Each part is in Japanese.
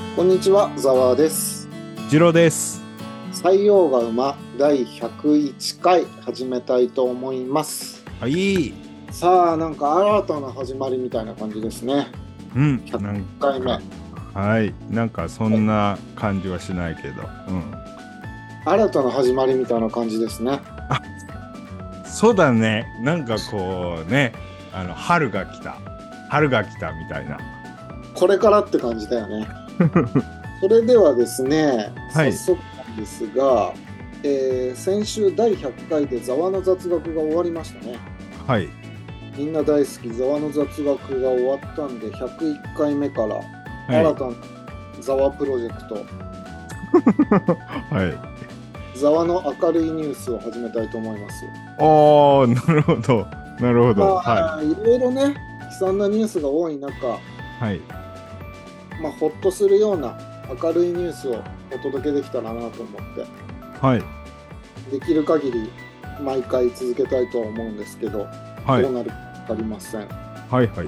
こんにちは、ざわです。 次郎です。 採用が馬第101回始めたいと思います。 はい。 さあ、なんか新たな始まりみたいな感じですね。 うん。 100回目。 はい。なんかそんな感じはしないけど。うん。 新たな始まりみたいな感じですね。 そうだね。なんかこうね、春が来た。春が来たみたいな。 これからって感じだよね。それではですね、 はい。 早速なんですが、先週第100回でざわの雑学が終わりましたね。 はい。 みんな大好きざわの雑学が終わったんで、101回目からはい。 新たなざわプロジェクト、 はい。 ざわの明るいニュースを始めたいと思います。 おー、なるほど。なるほど。 まあ、いろいろね、悲惨なニュースが多い中、 はい。 ほっとするような明るいニュースをお届けできたらなと思って、 はい。 できる限り毎回続けたいとは思うんですけど、 はい。 どうなるか分かりません。 はい。はい。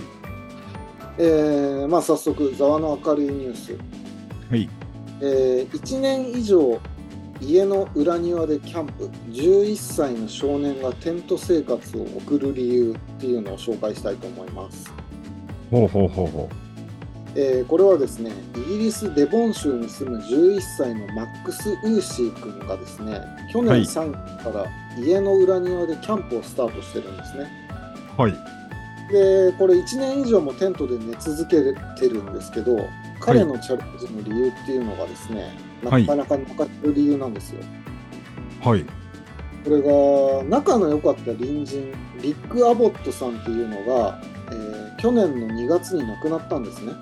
早速、ざわの明るいニュース。 はい。 1年以上家の裏庭でキャンプ、11歳の少年がテント生活を送る理由っていうのを紹介したいと思います。 ほうほうほうほこれはですね、イギリスデボン州に住む11歳のマックス・ウーシー君がですね、去年3月から家の裏庭でキャンプをスタートしてるんですね。 う。はい。 で、これ1年以上もテントで寝続けてるんですけど、彼のチャレンジの理由っていうのがですね、なかなか抜かれる理由なんですよ。 はい。 これが仲の良かった隣人リック・アボットさんっていうのが、去年の2月に亡くなったんですね。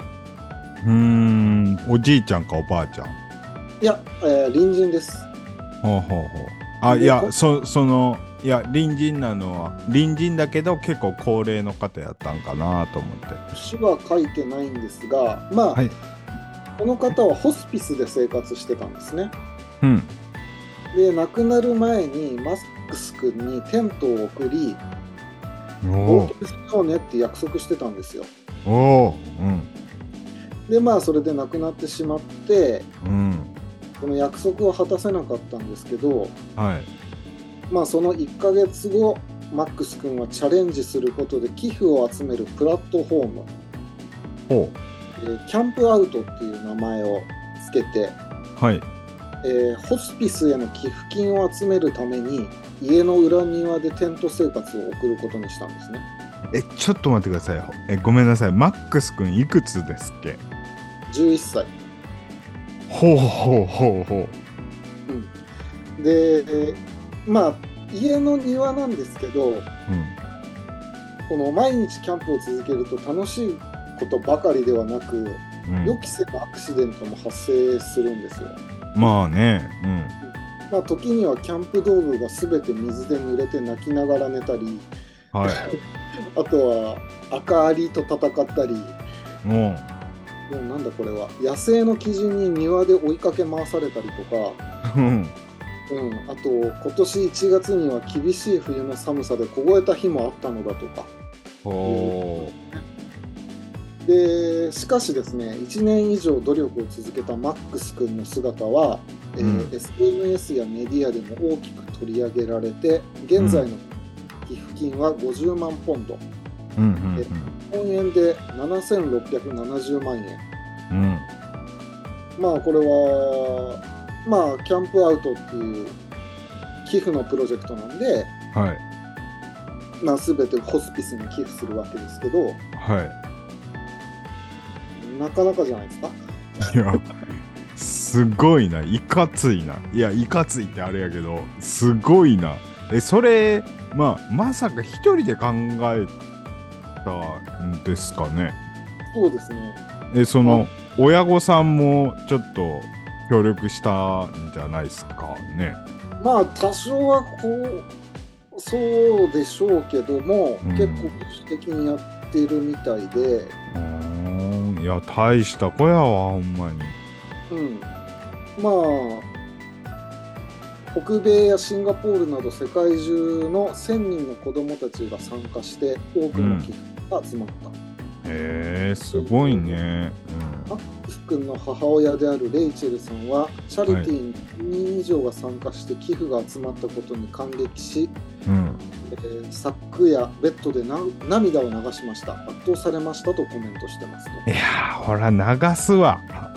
おじいちゃんかおばあちゃん。 いや、隣人です。 ほうほうほう。あ、いでや、いや、隣人なのは、隣人だけど結構高齢の方やったんかなと思って。 詩は書いてないんですが、 はい。 この方はホスピスで生活してたんですね。 うん。 で、亡くなる前にマックス君にテントを送り、 お冒ー険しようねって約束してたんですよ。 おーで、それで亡くなってしまって、 うん。 この約束を果たせなかったんですけど、 はい。 その1ヶ月後、マックス君はチャレンジすることで寄付を集めるプラットフォーム、 ほキャンプアウトっていう名前をつけて、 う。はい。 ホスピスへの寄付金を集めるために家の裏庭でテント生活を送ることにしたんですね。 ちょっと待ってください。ごめんなさい。マックス君いくつですっけ？ 11歳。 ほうほうほうほで、家の庭なんですけど、 う。うん。 この毎日キャンプを続けると楽しいことばかりではなく、予期せぬアクシデントも発生するんですよ。 まあね。 時にはキャンプ道具が全て水で濡れて泣きながら寝たり、 はい。 あとは赤アリと戦ったり、 ももうなんだこれは野生の鬼人に庭で追いかけ回されたりとか、 う。うん。 あと今年1月には厳しい冬の寒さで凍えた日もあったのだとか。 ほでしかしですね、1年以上努力を続けたマックス君の姿は、SNS やメディアでも大きく取り上げられて、現在の寄付金は50万ポンド、日本円で7670万円。これはキャンプアウトっていう寄付のプロジェクトなんで、 はい。 全てホスピスに寄付するわけですけど、 はなかなかじゃないですか。 い。いや、すごいな。いかついな。いや、いかついってあれやけど、すごいな。それ、まさか一人で考えたんですかね。 そうですね。 親御さんもちょっと協力したんじゃないですかね。 多少はそうでしょうけども、結構自主的にやってるみたいで。 いや、大した子やわ、ほんまに。 北米やシンガポールなど世界中の1000人の子どもたちが参加して多くの寄付が集まった。 すごいね。 マックス君の母親であるレイチェルさんはチャリティーに100人以上が参加して寄付が集まったことに感激し、昨夜ベッドで涙を流しました。圧倒されましたとコメントしてますと。 いやー、ほら流すわ。 あ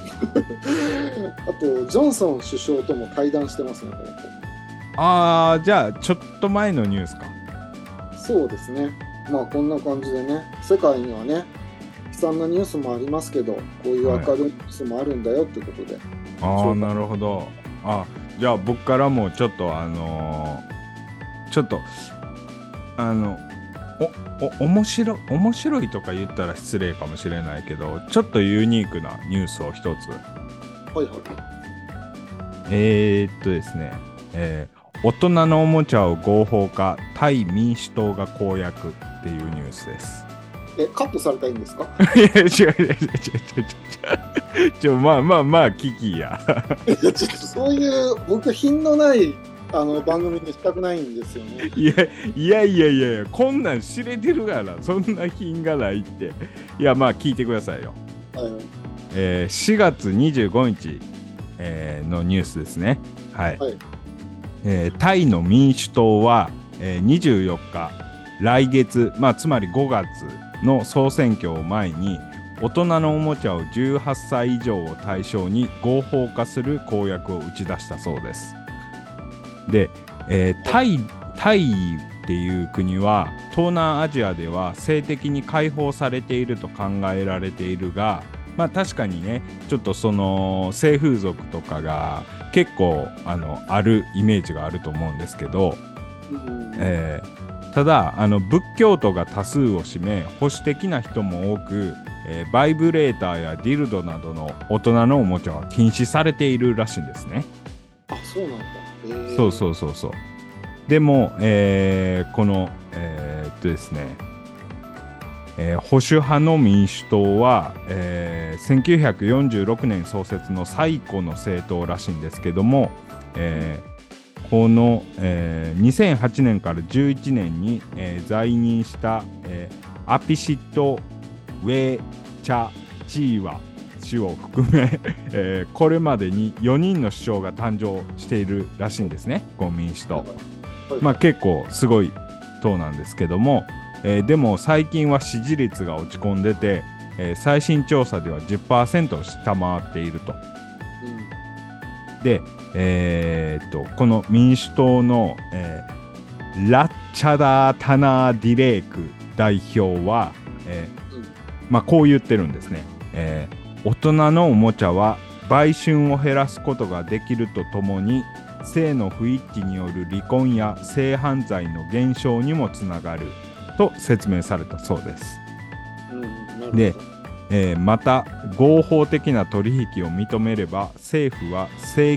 とジョンソン首相とも会談してますね、これ。 じゃあちょっと前のニュースか。 そうですね。まあこんな感じでね、世界にはね、悲惨なニュースもありますけど、こういう明るいニュースもあるんだよっていうことで。 なるほど。じゃあ僕からもちょっと面白いとか言ったら失礼かもしれないけど、ちょっとユニークなニュースを一つ。 はいはい。 ですね、大人のおもちゃを合法化、タイ民主党が公約っていうニュースです。 カットされたいんですか？ いや、違う。まあキキや。 ちょっとそういう僕品のない番組にしたくないんですよね。 いや、こんなん知れてるから、そんな品がないって。いや、まあ聞いてくださいよ。4月25日、のニュースですね。はい。タイの民主党は、24日、来月、つまり5月の総選挙を前に、大人のおもちゃを18歳以上を対象に合法化する公約を打ち出したそうです。で、タイっていう国は東南アジアでは性的に解放されていると考えられているが、確かにね、ちょっとその性風俗とかが結構あるイメージがあると思うんですけど、ただ仏教徒が多数を占め保守的な人も多く、バイブレーターやディルドなどの大人のおもちゃは禁止されているらしいんですね。 あ、そうなんだ。 そう。でも、このですね、保守派の民主党は、1946年創設の最古の政党らしいんですけども、この、2008年から11年に、在任した、アピシット・ウェ・チャ・チーワ氏を含め、これまでに4人の首相が誕生しているらしいんですね、この民主党。結構すごい党なんですけども、でも最近は支持率が落ち込んでて、最新調査では 10% を下回っていると。で、この民主党の、ラッチャダー・タナー・ディレーク代表は、こう言ってるんですね。大人のおもちゃは売春を減らすことができるとともに、性の不一致による離婚や性犯罪の減少にもつながると説明されたそうです。で、また合法的な取引を認めれば政府は正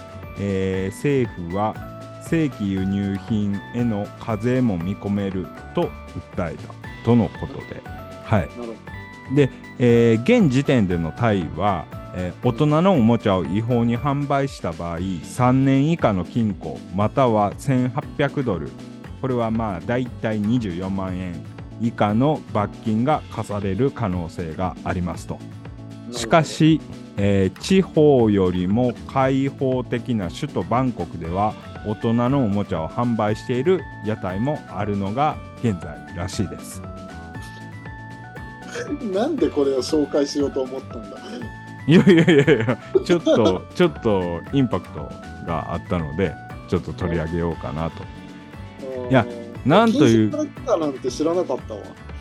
規輸入品への課税も見込めると訴えたとのことで、はい。で、現時点でのタイは、大人のおもちゃを違法に販売した場合、3年以下の禁錮または1800ドル、これはだいたい24万円以下の罰金が課される可能性がありますと。しかし、地方よりも開放的な首都バンコクでは大人のおもちゃを販売している屋台もあるのが現在らしいです。 なんでこれを紹介しようと思ったんだ。 いやちょっとインパクトがあったのでちょっと取り上げようかなと。いや、なんという禁止されてたなんて知らなかったわ。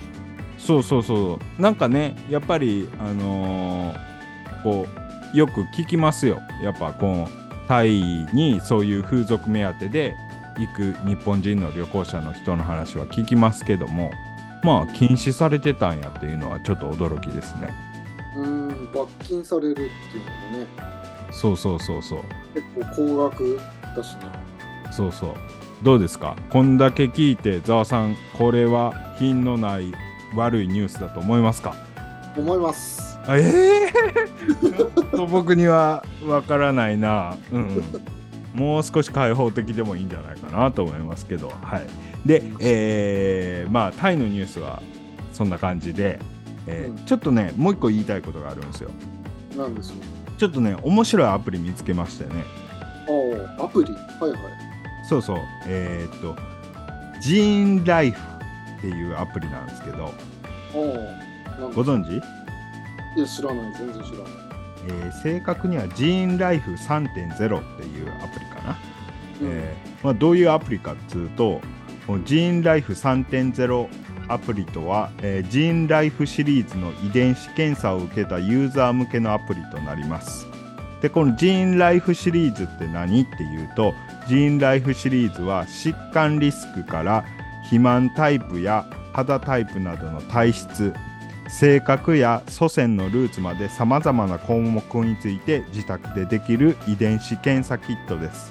そうなんかね、やっぱりこうよく聞きますよ。やっぱこのタイにそういう風俗目当てで行く日本人の旅行者の人の話は聞きますけども、禁止されてたんやっていうのはちょっと驚きですね。 罰金されるっていうのもね。 そう結構高額だしね。 どうですか、こんだけ聞いてざわさん、これは品のない悪いニュースだと思いますか？ 思います。 ちょっと僕にはわからないな。もう少し開放的でもいいんじゃないかなと思いますけど、はい。で、タイのニュースはそんな感じで、 ちょっとねもう一個言いたいことがあるんですよ。 なんですよ。 ちょっとね面白いアプリ見つけましてね。 アプリ、はいはい。 そうそう、ジーンライフっていうアプリなんですけど、ご存知？ いや、知らない、全然知らない。 正確にはジーンライフ 3.0 っていうアプリかな。どういうアプリかっていうと、ジーンライフ 3.0 アプリとは、ジーンライフシリーズの遺伝子検査を受けたユーザー向けのアプリとなります。で、このジーンライフシリーズって何っていうと、ジーンライフシリーズは疾患リスクから肥満タイプや肌タイプなどの体質、性格や祖先のルーツまでさまざまな項目について自宅でできる遺伝子検査キットです。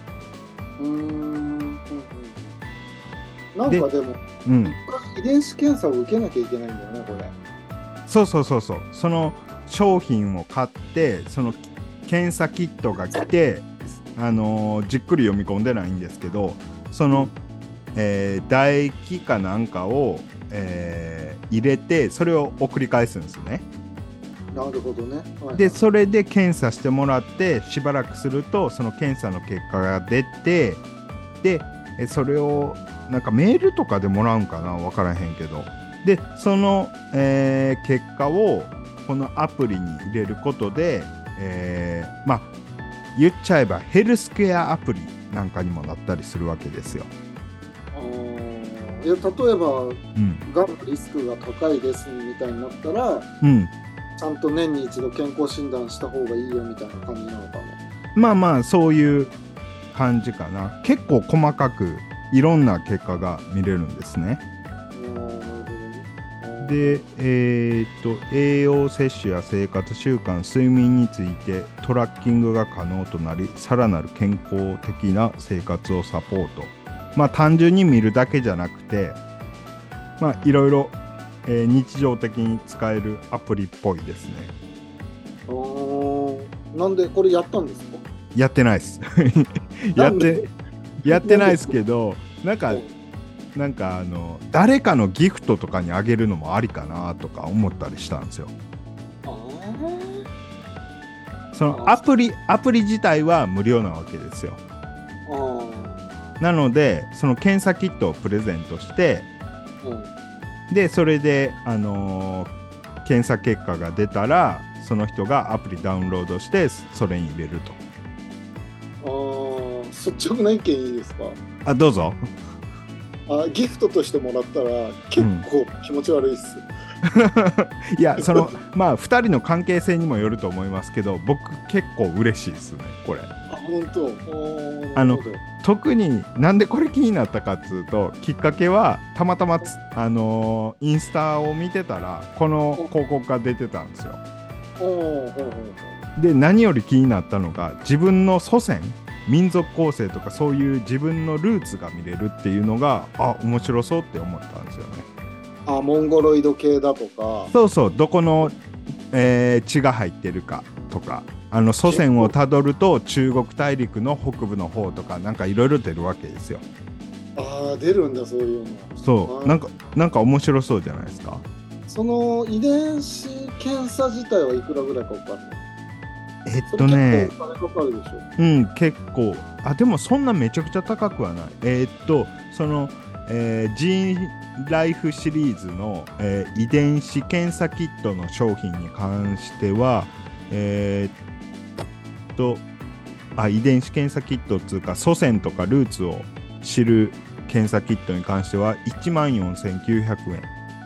なんかでも、遺伝子検査を受けなきゃいけないんだよね、これ。 そう。その商品を買って、その検査キットが来て、じっくり読み込んでないんですけど、その、唾液かなんかを、入れてそれを送り返すんですね。 なるほどね。 でそれで検査してもらってしばらくするとその検査の結果が出て、でそれをなんかメールとかでもらうんかな、分からへんけど、でその、結果をこのアプリに入れることで、言っちゃえばヘルスケアアプリなんかにもなったりするわけですよ。 いや、例えば、がんのリスクが高いですみたいになったら、ちゃんと年に一度健康診断した方がいいよみたいな感じなのかね。 そういう感じかな。結構細かくいろんな結果が見れるんですね。で、栄養摂取や生活習慣、睡眠についてトラッキングが可能となり、さらなる健康的な生活をサポート。単純に見るだけじゃなくて、いろいろ、日常的に使えるアプリっぽいですね。 なんでこれやったんですか？ やってないですやってないですけど、なんか誰かのギフトとかにあげるのもありかなとか思ったりしたんですよ。そのアプリ自体は無料なわけですよ。なのでその検査キットをプレゼントして、でそれで、検査結果が出たらその人がアプリダウンロードしてそれに入れると。 率直な意見いいですか？ どうぞ。 ギフトとしてもらったら結構気持ち悪いっす。 いや、その2人の関係性にもよると思いますけど、僕結構嬉しいですね、これ。 本当。 特になんでこれ気になったかっつうと、きっかけはたまたまインスタを見てたらこの広告が出てたんですよ。で何より気になったのが、自分の祖先、民族構成とかそういう自分のルーツが見れるっていうのが面白そうって思ったんですよね。 モンゴロイド系だとか、 そうどこの、血が入ってるかとか、祖先をたどると中国大陸の北部の方とかなんかいろいろ出るわけですよ。 出るんだ、そういうの。 そう、なんか面白そうじゃないですか。 その遺伝子検査自体はいくらぐらいかかるの？結構お金かかるでしょ？ 結構。でもそんなめちゃくちゃ高くはない。その、ジーンライフシリーズの、遺伝子検査キットの商品に関しては、遺伝子検査キットっていうか祖先とかルーツを知る検査キットに関しては14,900円。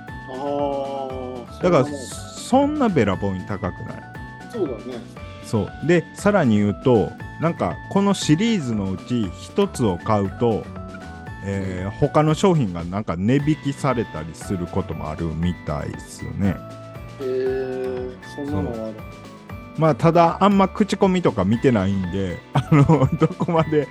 だからそんなべらぼうに高くない。 そうだね。 そうで、さらに言うと、なんかこのシリーズのうち一つを買うと、他の商品がなんか値引きされたりすることもあるみたいですよね。 そんなのはある。 ただあんま口コミとか見てないんで、どこまで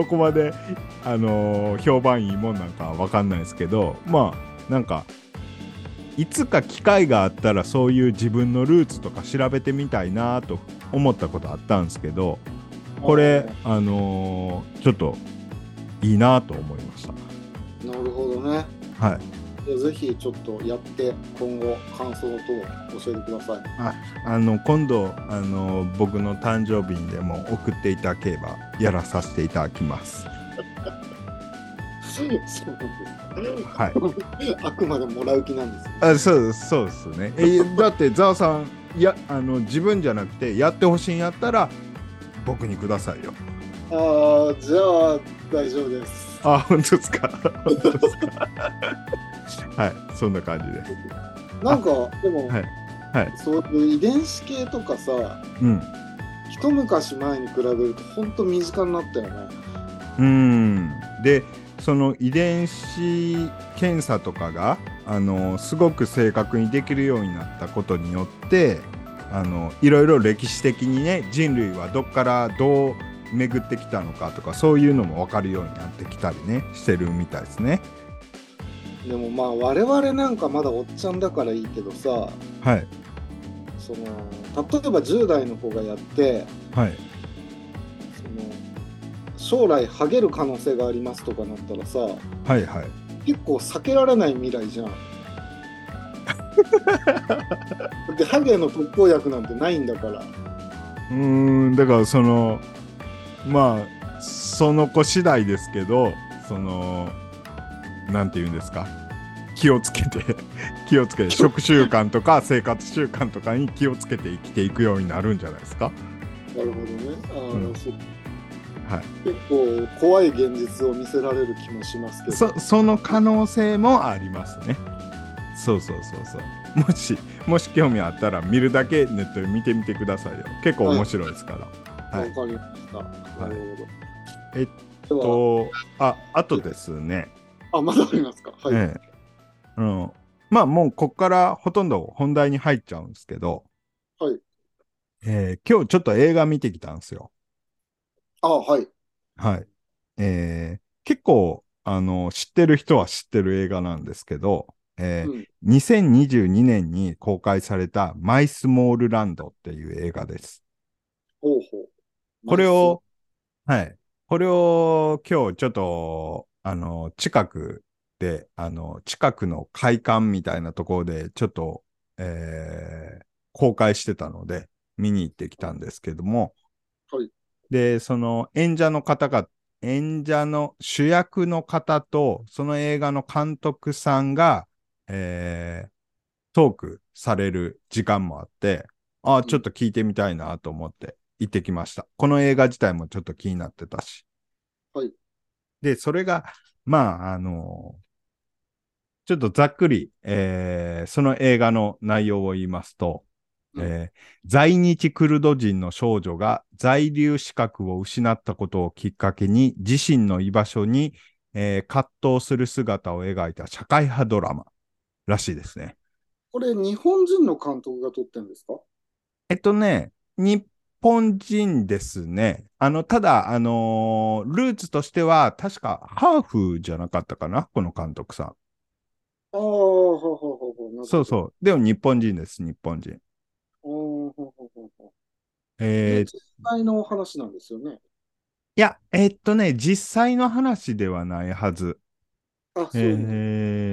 評判いいもんなんかわかんないですけど、なんかいつか機会があったらそういう自分のルーツとか調べてみたいなと思ったことあったんですけど、これちょっといいなと思いました。 なるほどね。 はい。 ぜひちょっとやって今後感想等を教えてください。 あ、今度、僕の誕生日にでも送っていただければ、やらさせていただきます。 そうなんですか。 はい。 あくまでもらう気なんですね。 そうですね。だって、ザワさん、自分じゃなくて、やってほしいんやったら、僕にくださいよ。 ああ、じゃあ大丈夫です。 あ、本当ですか。本当ですか。はい、そんな感じです。 なんか、でも、 はい。はい。 そういう遺伝子系とかさ、 うん。 一昔前に比べると本当身近になったよね。 で、その遺伝子検査とかが、すごく正確にできるようになったことによって、いろいろ歴史的にね、人類はどっからどう巡ってきたのかとか、そういうのも分かるようになってきたりね、してるみたいですね。 でもまあ我々なんかまだおっちゃんだからいいけどさ、 はい。 その例えば10代の子がやって、 はい。 その将来ハゲる可能性がありますとかなったらさ、 はいはい。 結構避けられない未来じゃん。だってハゲの特効薬なんてないんだから。 だからまあ、その子次第ですけど、なんて言うんですか。気をつけて気をつけて、食習慣とか生活習慣とかに気をつけて生きていくようになるんじゃないですか。 なるほどね。 うん。はい。 結構怖い現実を見せられる気もしますけど。 その可能性もありますね。そうそうそうそう。もし興味あったら見るだけネットで見てみてくださいよ。結構はい、 面白いですから。はい。 わかりました。なはい。 るほど。 えっでは、 あとですね。 まだありますか。はい。 ええ。まあもうこっからほとんど本題に入っちゃうんですけど、 はい。 今日ちょっと映画見てきたんですよ。 はい。 はい。結構、知ってる人は知ってる映画なんですけど、 うん。 2022年にに公開されたマイスモールランドっていう映画です。 ほうほう。マイスモ。 これを、はい。これを今日ちょっと、近くで、近くの会館みたいなところで、ちょっと、公開してたので、見に行ってきたんですけども、 はい。 で、その演者の主役の方と、その映画の監督さんが、えートークされる時間もあって、ちょっうん。 と聞いてみたいなと思って行ってきました。この映画自体もちょっと気になってたし。 はい。 で、それが、まあ、ちょっとざっくり、その映画の内容を言いますと、 うん。 在日クルド人の少女が在留資格を失ったことをきっかけに自身の居場所に、葛藤する姿を描いた社会派ドラマらしいですね。 これ、日本人の監督が撮ってるんですか？ 日本人ですね。ただ、ルーツとしては、確かハーフじゃなかったかな、この監督さん。 ほうほうほうほう、なるほど。 そうそう。でも日本人です、日本人。 ほうほうほうほうほう。 えー実際のお話なんですよね。 いや、実際の話ではないはず。 そういうので。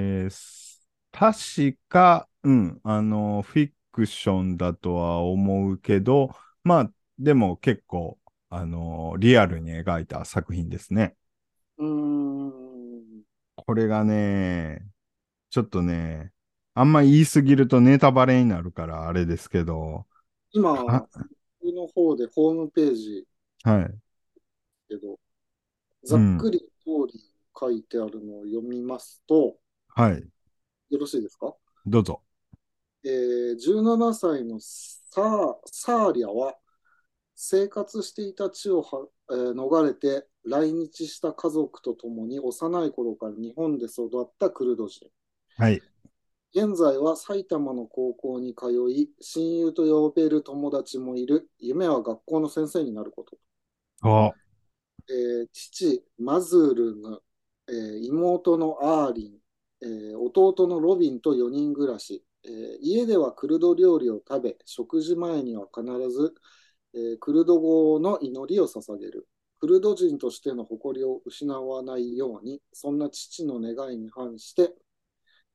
確か、フィクションだとは思うけど、まあ、でも結構、リアルに描いた作品ですね。 うーん。 これがね、ちょっとね、あんま言いすぎるとネタバレになるからあれですけど、 今、 は、 上の方でホームページはい。 けど、ざっうん。 くり通り書いてあるのを読みますと、 はい。 よろしいですか？ どうぞ。 17歳のサーリャは、生活していた地を逃れて来日した家族と共に幼い頃から日本で育ったクルド人。 はい。 現在は埼玉の高校に通い、親友と呼べる友達もいる。夢は学校の先生になること。 あ、 父、マズールム、妹のアーリン、弟のロビンと4人暮らし。家ではクルド料理を食べ、食事前には必ず、クルド語の祈りを捧げる。クルド人としての誇りを失わないように、そんな父の願いに反して、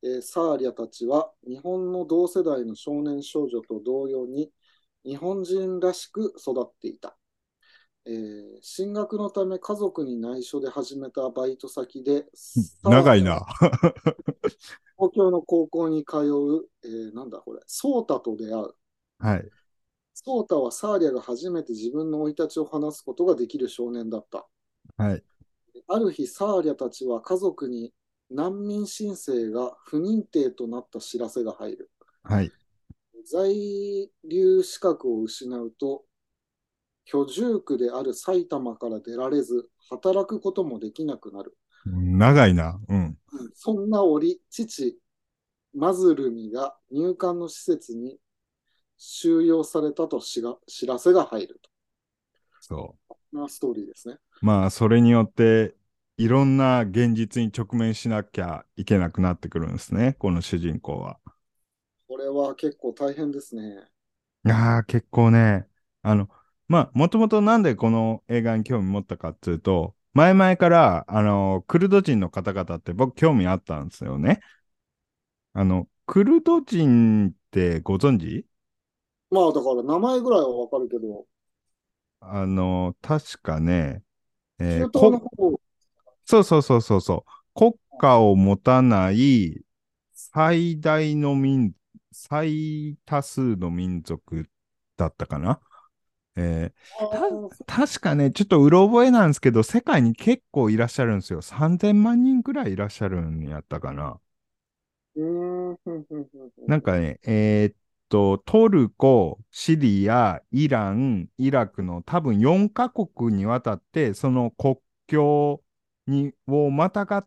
サーリャたちは日本の同世代の少年少女と同様に日本人らしく育っていた。進学のため家族に内緒で始めたバイト先で、サーリャは長いな。 東京の高校に通う、なんだこれ、ソータと出会う。 はい。 ソータはサーリャが初めて自分の生い立ちを話すことができる少年だった。 はい。 ある日、サーリャたちは家族に難民申請が不認定となった知らせが入る。 はい。 在留資格を失うと、居住区である埼玉から出られず、働くこともできなくなる。 長いな。うん。 そんな折、父、マズルミが入管の施設に収容されたと知らせが入ると。 そなストーリーですね。 う。まあ、それによって、いろんな現実に直面しなきゃいけなくなってくるんですね。この主人公は。 これは結構大変ですね。 ああ、結構ね。あの、まあ、もともとなんでこの映画に興味持ったかっていうと、前々から、クルド人の方々って僕興味あったんですよね。クルド人ってご存知？ まあだから名前ぐらいはわかるけど、 確かね、 中東のこ、 方、 そうそうそうそうそう、国家を持たない最大の最多数の民族だったかな。えーた、 あ確かね、ちょっとうろ覚えなんですけど、世界に結構いらっしゃるんですよ。3000万人くらいいらっしゃるんやったかな。 ふんふんふんふんふん。 なんかね、トルコ、シリア、イラン、イラクの多分4カ国にわたって、その国境をまたがって、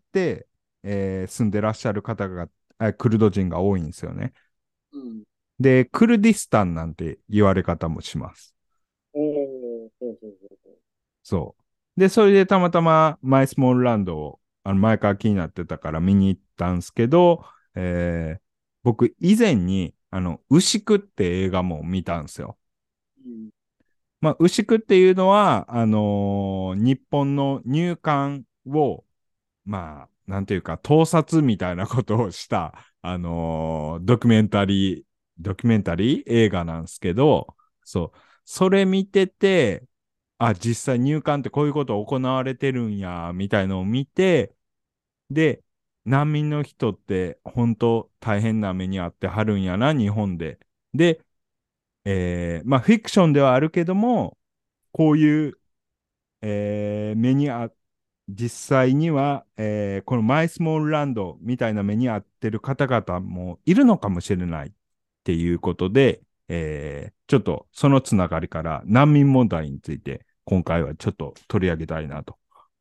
住んでらっしゃる方が、クルド人が多いんですよね。 うん。 で、クルディスタンなんて言われ方もします。 おー、ほうほうほうほそう。で、それでたまたまマイスモールランドを、前から気になってたから見に行ったんですけど、僕以前に、牛久って映画も見たんですよ。 う。うん。 まあ、牛久っていうのは、日本の入管を、まあ、なんていうか、盗撮みたいなことをした、ドキュメンタリー映画なんですけど、そう、それ見てて、あ、実際入管ってこういうこと行われてるんや、みたいのを見て、で、難民の人って本当大変な目にあってはるんやな、日本で。で、まあ、フィクションではあるけども、こういう、目にあ、実際には、このマイスモールランドみたいな目に遭ってる方々もいるのかもしれないっていうことで、ちょっとそのつながりから難民問題について今回はちょっと取り上げたいなと。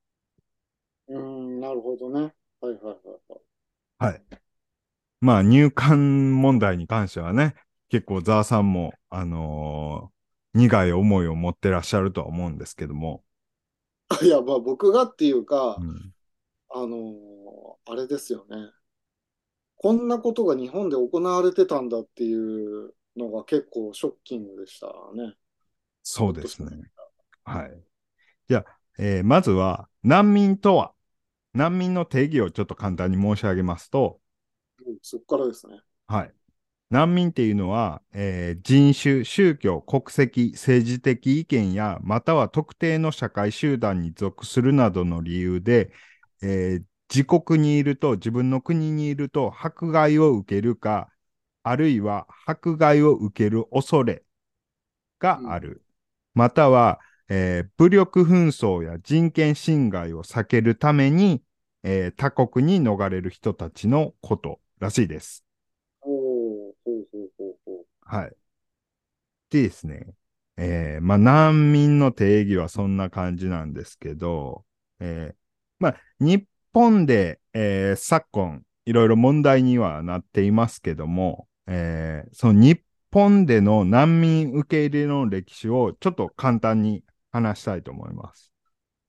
なるほどね。はいはいはいはい。 はい。まあ入管問題に関してはね、結構ザーさんも、苦い思いを持ってらっしゃるとは思うんですけども。 いや、まあ僕がっていうか、 うん、 あれですよね。こんなことが日本で行われてたんだっていうのが結構ショッキングでしたね。 そうほっとしましですね。はい。じゃあ、まずは難民とは、難民の定義をちょっと簡単に申し上げますと、 た。そこからですね。 はい。難民っていうのは、人種、宗教、国籍、政治的意見や、または特定の社会集団に属するなどの理由で、自国にいると、自分の国にいると、迫害を受けるか、あるいは迫害を受ける恐れうん。 がある。または、武力紛争や人権侵害を避けるために、他国に逃れる人たちのことらしいです。 おー、ほうほうほうほう。 はい。でですね、まあ、難民の定義はそんな感じなんですけど、まあ、日本で、昨今、いろいろ問題にはなっていますけども、その日本での難民受け入れの歴史をちょっと簡単に話したいと思います。 うん。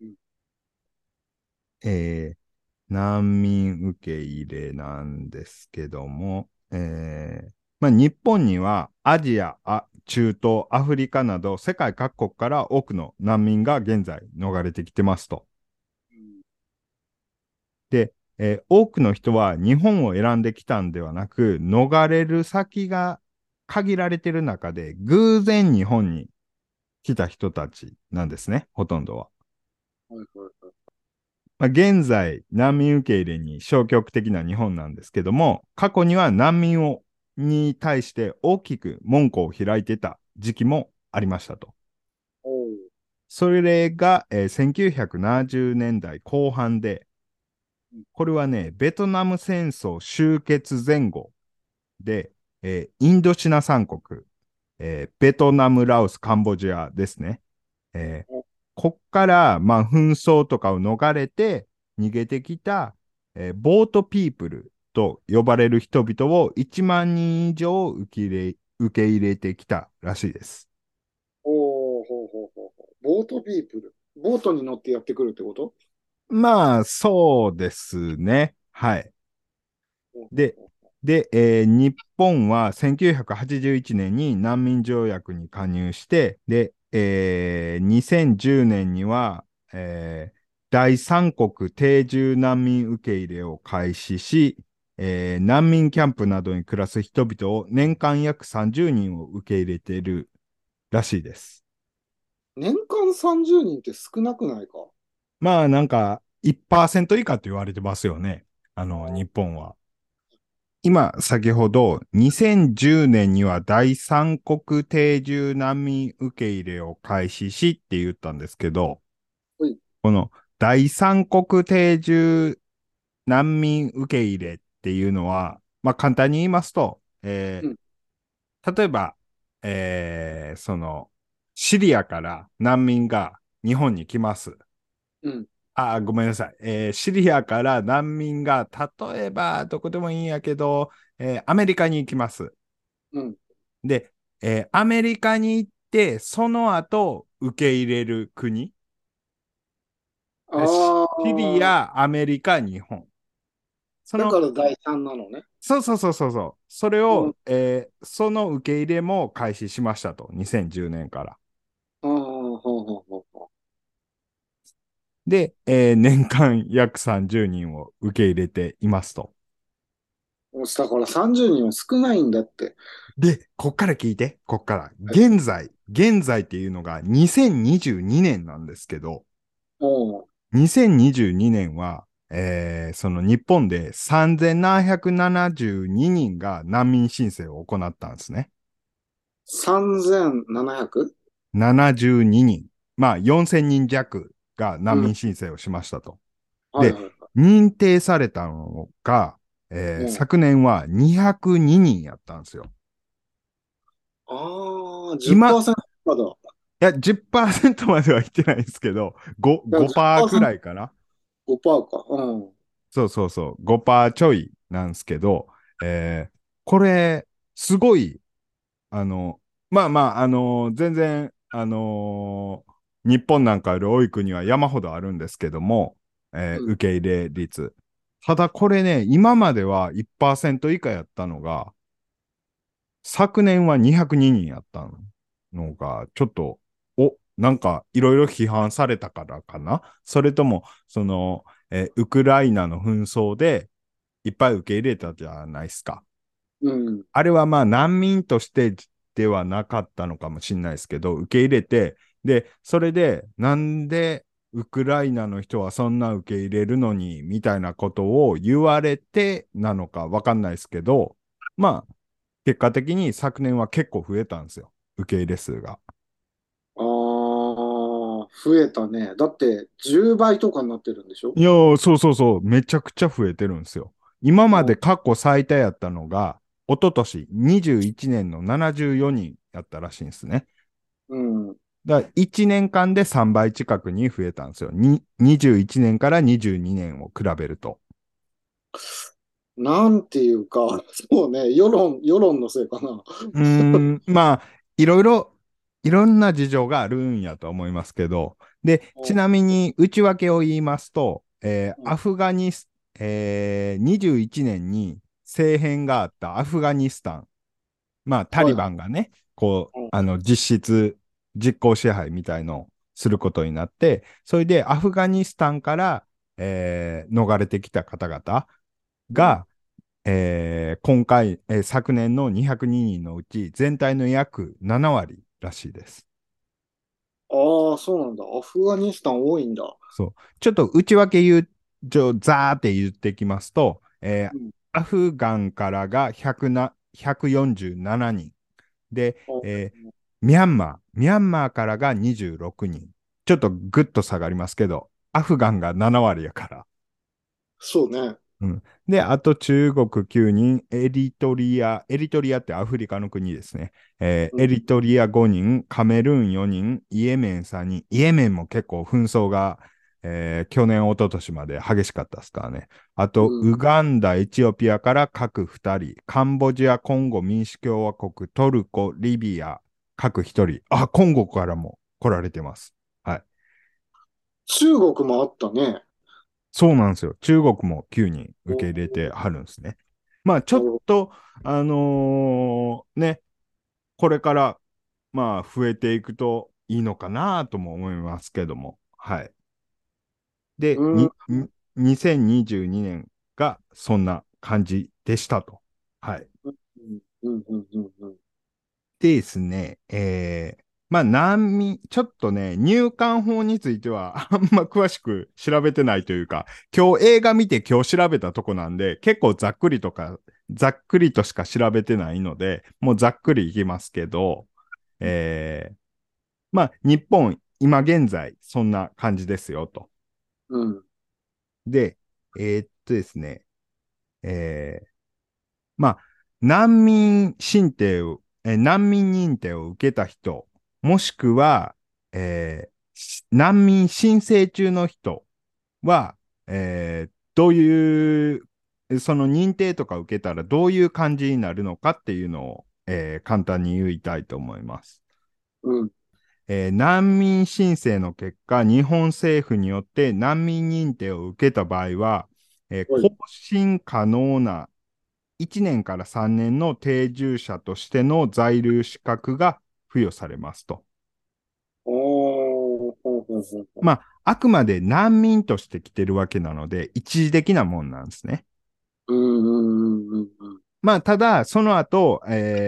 えー難民受け入れなんですけども、まあ、日本にはアジア、中東、アフリカなど世界各国から多くの難民が現在逃れてきてますと。 うん。 で、 多くの人は日本を選んできたんではなく、逃れる先が限られている中で、偶然日本に来た人たちなんですね、ほとんどは。 はいはいはい。 まあ、現在、難民受け入れに消極的な日本なんですけども、過去には難民に対して大きく門戸を開いてた時期もありましたと。 おう。 それが、1970年代後半で、これはね、ベトナム戦争終結前後で、インドシナ三国、ベトナム、ラオス、カンボジアですね。えーこっから、まあ、紛争とかを逃れて逃げてきた、ボートピープルと呼ばれる人々を1万人以上受け入れてきたらしいです。 おう、ほうほうほうほう。ボートピープル。ボートに乗ってやってくるってこと？ まあ、そうですね。はい。 ほうほうで、日本は1981年に難民条約に加入して、で、2010年には、第三国定住難民受け入れを開始し、難民キャンプなどに暮らす人々を年間約30人を受け入れているらしいです。 年間30人って少なくないか？ まあなんか1%以下と言われてますよね。日あ本は。今、先ほど、2010年には第三国定住難民受け入れを開始しって言ったんですけど、 はい。 この第三国定住難民受け入れっていうのは、まあ簡単に言いますと、 うん、 例えば、シリアから難民が日本に来ます。 うん、 あ、ごめんなさい。シリアから難民が、例えば、どこでもいいんやけど、アメリカに行きます。 うん。 で、アメリカに行って、その後、受け入れる国。 あシリあ、 ア、アメリカ、日本。そだかの、 ら第3なのね。 そう。それうん。 を、その受け入れも開始しましたと。2010年から。 ああ、ほうほうほうほで、年間約30人を受け入れていますと。 う。だから30人は少ないんだって。 で、こっから聞いて、こっから。 はい。 現在っていうのが2022年なんですけど、 おう。 2022年は、その日本で3772人が難民申請を行ったんですね。 3700？ 72人。まあ4000人弱がうん。 難民申請をしましたと。で、 はいはいはい。 認定されたのが、 うん。 昨年は202人やったんですよ。 ああ、 今、 10%まだ。 いや、10%まではいってないんですけど、 いや、 5%くら 10%、 いかな。 5%か。うん。 そう、5%ちょいなんですけど、これ、すごい、あの、全然、日本なんかより多い国は山ほどあるんですけども、 うん。 受け入れ率。ただこれね、今までは1%以下やったのが、昨年は202人やったのが、ちょっと、なんかいろいろ批判されたからかな。それとも、ウクライナの紛争でいっぱい受け入れたじゃないですか。 うん。 あれはまあ難民としてではなかったのかもしれないですけど、受け入れて、で、それで、なんでウクライナの人はそんな受け入れるのに、みたいなことを言われてなのかわかんないですけど、まあ、結果的に昨年は結構増えたんですよ。受け入れ数が。 ああ、増えたね。だって10倍とかになってるんでしょ？ いやー、そう。めちゃくちゃ増えてるんですよ。今までうん。 過去最多やったのが、一昨年21年の74人やったらしいんですね。 うん。 だから1年間で3倍近くに増えたんですよ。21年から22年を比べると。 なんていうか、そうね、世論のせいかな。 まあ、いろいろ、いろんな事情があるんやと思いますけど、で、ちうんなみに内訳を言いますと、 うんアフガニス、21年に政変があったアフガニスタン、まあ、タリはいはい。 バンがね、こう、 うん実質実効支配みたいのをすることになって、それでアフガニスタンから逃れてきた方々 うん。 が、今回、昨年の202人のうち全体の約7割らしいです。 ああ、そうなんだ。アフガニスタン多いんだ。 そう。ちょっと内訳ザーって言ってきますと、 うん。 アフガンからが147人。で、 あ、 ミャンマーからが26人。ちょっとぐっと下がりますけど、アフガンが7割やから。 そうね。 うん。で、あと中国9人、エリトリアってアフリカの国ですね。 うん。 エリトリア5人、カメルーン4人、イエメン3人。イエメンも結構紛争が、去年、一昨年まで激しかったですからね。あと、 うん。 ウガンダ、エチオピアから各2人、カンボジア、コンゴ民主共和国、トルコ、リビア、各1人。あ、コンゴからも来られてます。はい。 中国もあったね。 そうなんですよ。中国も9人受おけ入れてはー、 るんですね。まあ、ちょなるほっと、ね、これから、まあ、増えていくといいのかなとも思いますけども。はい。 ど。 で、 うん。 2022年がそんな感じでしたと。はい。 うん。うん。うん。うん。うん。 でですね、まあ難民、ちょっとね、入管法についてはあんま詳しく調べてないというか、今日映画見て今日調べたとこなんで、結構ざっくりとしか調べてないので、もうざっくりいきますけど、えー、まあ日本、今現在そんな感じですよと。 うん。 で、ですね、えーまあ、難民申請を、難民認定を受けた人、もしくは、難民申請中の人は、どういう、その認定とか受けたらどういう感じになるのかっていうのを、簡単に言いたいと思います。 うん。 難民申請の結果、日本政府によって難民認定を受けた場合は、 はい。 更新可能な1年から3年の定住者としての在留資格が付与されますと。 おー、ほうほうほうほう。 まあ、あくまで難民として来てるわけなので、一時的なもんなんですね。 うん。うん。うん。うん。 まあ、ただ、その後、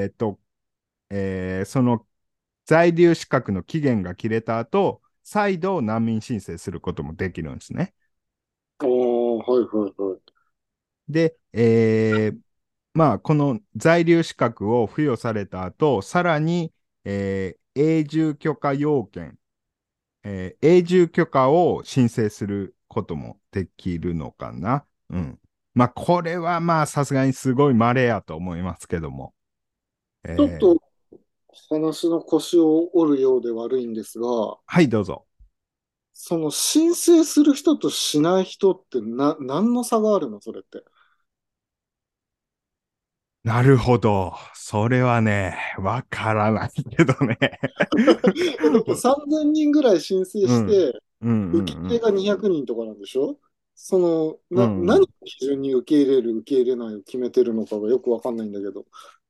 その在留資格の期限が切れた後、再度難民申請することもできるんですね。 おー、はいはいはい。 で、まあ、この在留資格を付与された後、さらに、永住許可要件、永住許可を申請することもできるのかな。うん。まあ、これはまあ、さすがにすごい稀やと思いますけども。えーちょっと話の腰を折るようで悪いんですが、 はい、どうぞ。 その申請する人としない人って何の差があるのそれって。 なるほど。それはね、わからないけどね。 だって3000人ぐらい申請うん。 して、 うん、うん、うん。 受け入れが200人とかなんでしょ？何をうん。 基準に受け入れる、受け入れないを決めてるのかがよくわかんないんだけど。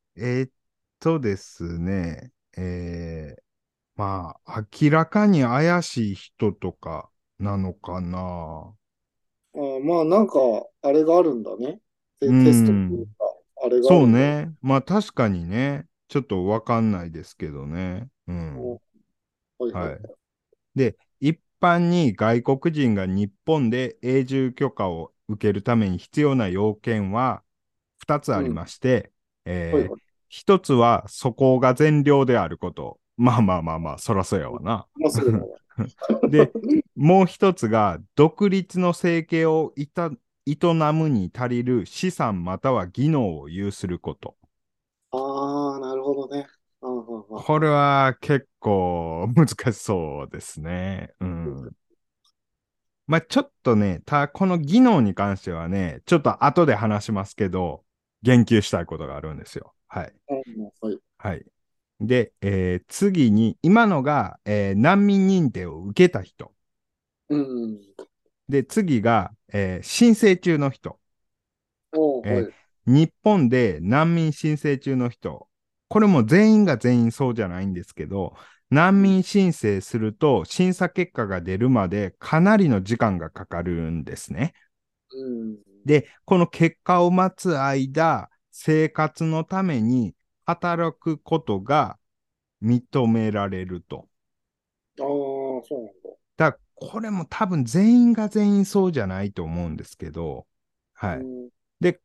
ですね。まあ、明らかに怪しい人とかなのかな。 まあ、なんか、あれがあるんだね。 うテストというん。 か、あれがあるんだね。 そうね。まあ確かにね。ちょっとわかんないですけどね。うお、 ん。 はいはい。 はい。で、一般に外国人が日本で永住許可を受けるために必要な要件は2つありうん。 まして、えー、 はいはい。 1つは素行が善良であること。まあまあまあまあ、そらそうやうん、 わな。 まあ、そうだわ。 で、もう一つが独立の生計を営むに足りる資産または技能を有すること。 ああ、なるほどね。ああ、 これは結構難しそうですね。うん。まあちょっとね、この技能に関してはね、ちょっと後で話しますけど、言及したいことがあるんですよ。はい。 はい。 はい。で、次に、今のが、難民認定を受けた人。 うん。 で、次が、申請中の人。 おー、 えはい。 日本で難民申請中の人。これも全員が全員そうじゃないんですけど、 難民申請すると審査結果が出るまでかなりの時間がかかるんですね。 うん。 で、この結果を待つ間、生活のために働くことが認められると。 ああ、そうなんだ。 これも多分全員が全員そうじゃないと思うんですけど、はい。 うん。 で、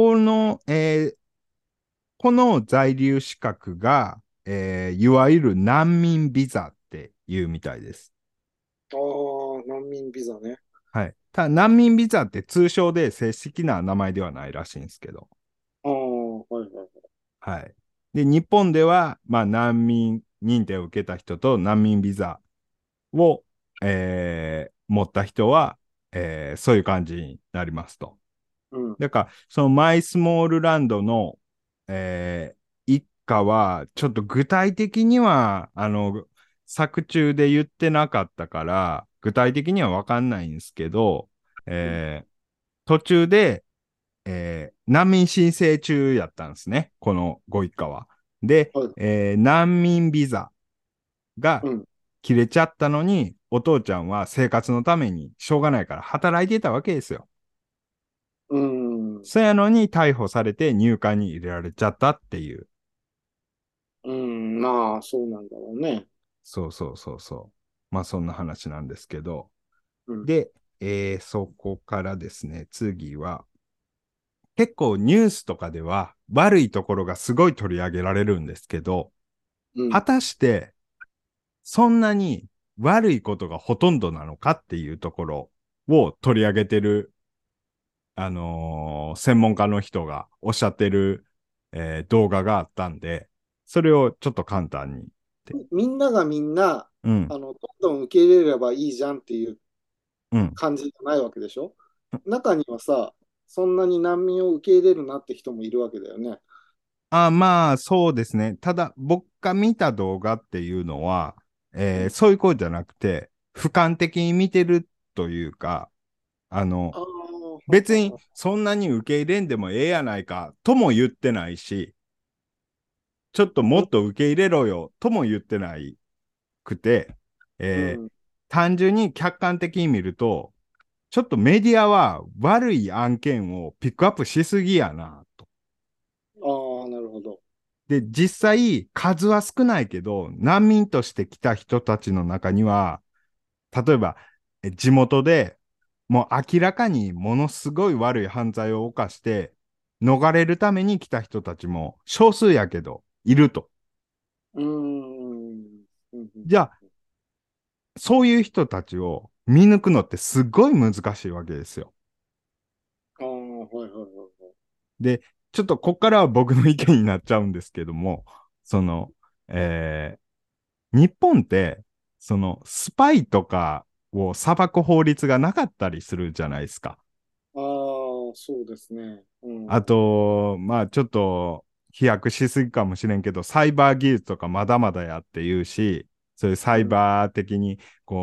この在留資格が、いわゆる難民ビザっていうみたいです。 ああ、難民ビザね。 はい。ただ難民ビザって通称で正式な名前ではないらしいんですけど、 ああ、はいはい。 はい。で、日本では、まあ、難民認定を受けた人と難民ビザを、持った人は、そういう感じになりますと。 うん。 だから、そのマイスモールランドの、一家は、ちょっと具体的には、作中で言ってなかったから、具体的にはわかんないんですけど、 うん。 途中で、難民申請中やったんですね。このご一家は。で、 はい。 難民ビザがうん。 切れちゃったのに、お父ちゃんは生活のためにしょうがないから働いてたわけですよ。 うん。 そやのに逮捕されて入管に入れられちゃったっていう。 うん。まあ、そうなんだろうね。 そうそうそうそう。まあそんな話なんですけど。 うん。 で、そこからですね、次は、結構ニュースとかでは悪いところがすごい取り上げられるんですけど、 うん。 果たしてそんなに悪いことがほとんどなのかっていうところを取り上げてる、専門家の人がおっしゃってる、動画があったんで、それをちょっと簡単にって。 みんながみんな、 うん、 どんどん受け入れればいいじゃんっていううん。 感じじゃないわけでしょ。中にはさ、そんなに難民を受け入れるなって人もいるわけだよね。 まあ、そうですね。ただ、僕が見た動画っていうのは、 うん。 そういうことじゃなくて、俯瞰的に見てるというか、 ああ、は別にはは。 そんなに受け入れんでもええやないかとも言ってないし、ちょっともうん、 っと受け入れろよとも言ってないくて、 うえーん。 単純に客観的に見ると、ちょっとメディアは悪い案件をピックアップしすぎやなと。 ああ、なるほど。 で、実際数は少ないけど、難民として来た人たちの中には、例えば地元でもう明らかにものすごい悪い犯罪を犯して逃れるために来た人たちも少数やけどいると。 うーん。うん、 じゃあ、そういう人たちを見抜くのってすごい難しいわけですよ。 ああ、はいはいはいはい。 で、ちょっとこっからは僕の意見になっちゃうんですけども、その、え日本って、スパイとかを裁く法律がなかったりするじゃないですか。 ああ、そうですね。うあん。 と、まあちょっと飛躍しすぎかもしれんけど、サイバー技術とかまだまだやっていうし、そういうサイうん。 バー的に、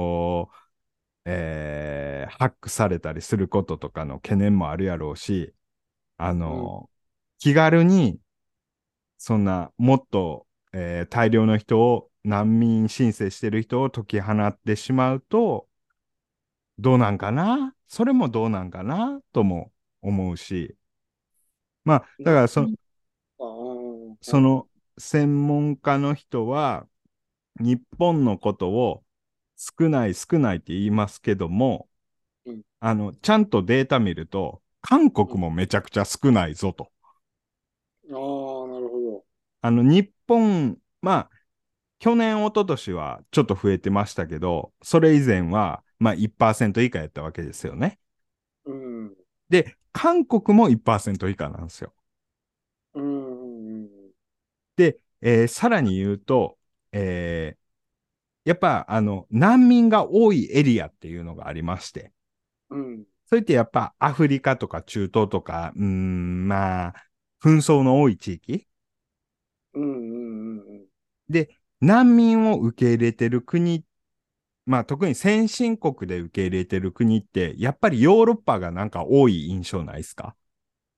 ハックされたりすることとかの懸念もあるやろうし、あうん。 の、気軽に、そんな、もっと、大量の人を、難民申請してる人を解き放ってしまうと、どうなんかなそれもどうなんかなとも思うし、まあ、だからなんか、ああ、はいはい。 その専門家の人は、日本のことを少ない少ないって言いますけども、 うん。 ちゃんとデータ見ると、韓うん。 国もめちゃくちゃ少ないぞと。 ああ、なるほど。 日本、まあ、去年、一昨年はちょっと増えてましたけど、それ以前は、まあ1%以下やったわけですよね。 うん。 で、韓国も1%以下なんですよ。 うん。うん。 で、さらに言うと、やっぱ、難民が多いエリアっていうのがありまして、 うん。 それってやっぱアフリカとか中東とか、まあ、紛争の多い地域うん。うん。うん。 で、難民を受け入れてる国、まあ特に先進国で受け入れてる国って、やっぱりヨーロッパがなんか多い印象ないですか？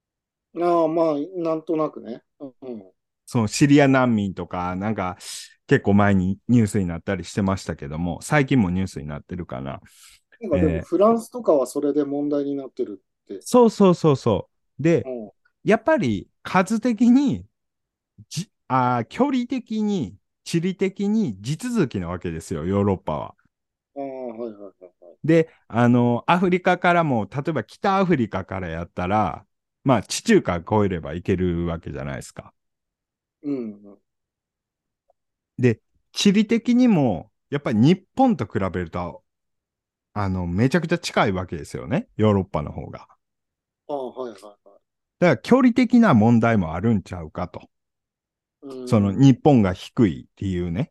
ああ、まあ、なんとなくね。うん。 そのシリア難民とか、なんか結構前にニュースになったりしてましたけども、最近もニュースになってるかな。 なんかでもえーフランスとかはそれで問題になってるって。 そうそうそうそう。で、 うん。 やっぱり数的に、距離的に、地理的に地続きなわけですよ、ヨーロッパは。 ああ、はいはいはいはい。 で、アフリカからも、例えば北アフリカからやったら、まあ、地中海越えれば行けるわけじゃないですか。 うん。 で、地理的にも、やっぱり日本と比べると、めちゃくちゃ近いわけですよね、ヨーロッパの方が。 ああ、はいはいはい。 だから距離的な問題もあるんちゃうかと。 うそのん。 日本が低いっていうね。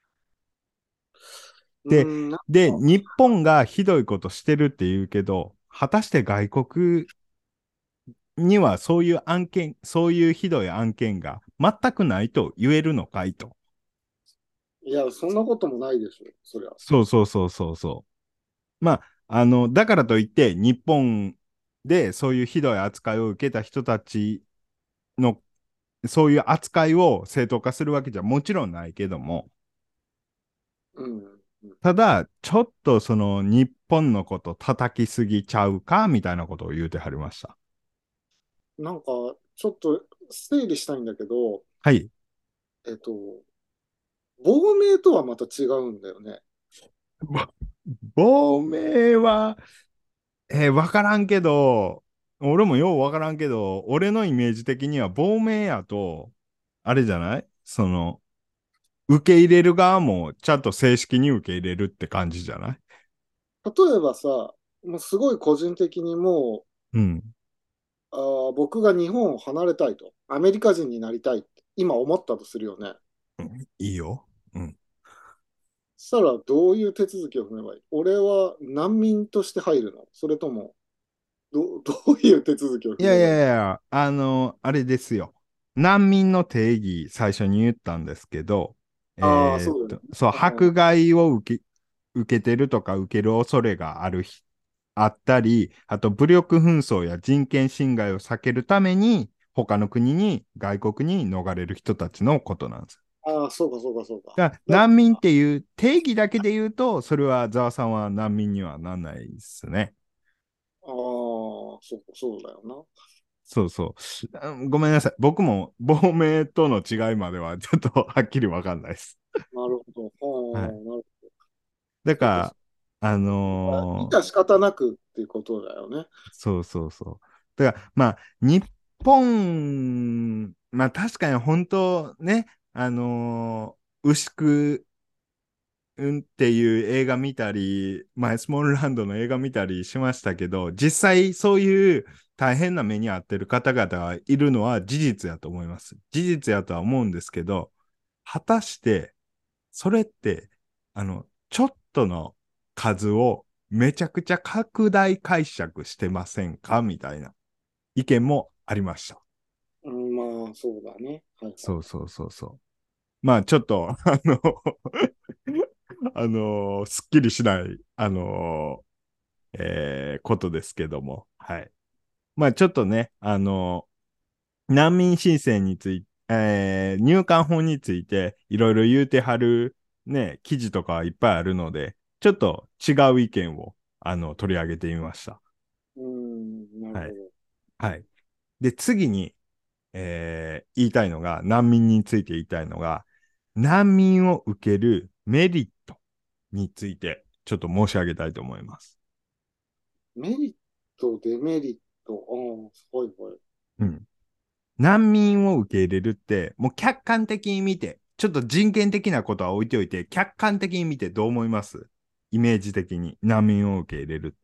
で、 うん、なんで、 か、 日本がひどいことしてるって言うけど、果たして外国にはそういう案件、そういうひどい案件が全くないと言えるのかいと。 いや、そんなこともないでしょ、そりゃ。 そうそうそうそうそう。まあ、だからといって、日本でそういうひどい扱いを受けた人たちの、そういう扱いを正当化するわけじゃもちろんないけども、 うん。うん、 ただ、ちょっとその日本のこと叩きすぎちゃうかみたいなことを言うてはりました。 なんか、ちょっと整理したいんだけど、 はい。 えっと、亡命とはまた違うんだよね。 亡命は、わからんけど、俺もようわからんけど、俺のイメージ的には亡命やと、あれじゃないその、受け入れる側もちゃんと正式に受け入れるって感じじゃない？ 例えばさ、もうすごい個人的にもうん。 う、僕が日本を離れたいと、アメリカ人になりたいって今思ったとするよね。 いいよ。うん。 そしたらどういう手続きを踏めばいい？俺は難民として入るの？それとも、どういう手続きをいやい踏めばいいの？ やいや、あれですよ。難民の定義、最初に言ったんですけど、 ああ、そうだよね。 そう、 うん、 迫害を受けてるとか受ける恐れがあったり、あと武力紛争や人権侵害を避けるために、他の国に、外国に逃れる人たちのことなんです。 ああ、そうかそうかそうか。 だから難民っていう定義だけで言うと、それはざわさんは難民にはなんないですね。 ああ、そうだよな。 そうそう。ごめんなさい。僕も亡命との違いまではちょっとはっきりわかんないです。 なるほど。 はい。 はあ、なるほど。 だかそうか。 ら、 致し方なくっていうことだよね。 そうそうそう。だから、まあ、日本、まあ確かに本当ね、牛久っていう映画見たり、まあ、スモールランドの映画見たりしましたけど、実際そういう大変な目に遭ってる方々がいるのは事実やと思います。事実やとは思うんですけど、果たして、それって、ちょっとの数をめちゃくちゃ拡大解釈してませんかみたいな意見もありました。 うん、まあ、そうだね。はいはい。 そうそうそうそう。まあ、ちょっと、すっきりしない、ことですけども、はい。まあ、ちょっとね、難民申請について、入管法についていろいろ言うてはるね、記事とかはいっぱいあるので、ちょっと違う意見を、取り上げてみました。 うん、なるはい。 ほど。 はい。で、次に、言いたいのが、難民について言いたいのが、難民を受けるメリットについて、ちょっと申し上げたいと思います。 メリット、デメリット。ああ、はいはい。 うん。難民を受け入れるって、もう客観的に見て、ちょっと人権的なことは置いておいて、客観的に見てどう思います？イメージ的に難民を受け入れるって。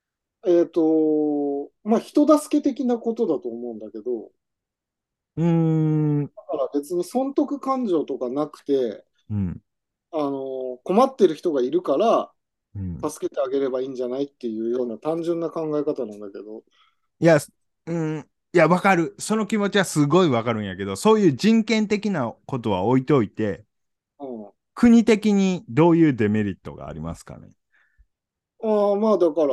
まあ、人助け的なことだと思うんだけど、 うーん、 だから別に損得感情とかなくて、 うん、 困ってる人がいるから、 うん。 助けてあげればいいんじゃないっていうような単純な考え方なんだけど、 いや、わかる。その気持ちはすごいわかるんやけど、そういう人権的なことは置いといて、 うん、 国的にどういうデメリットがありますかね。 まあだから、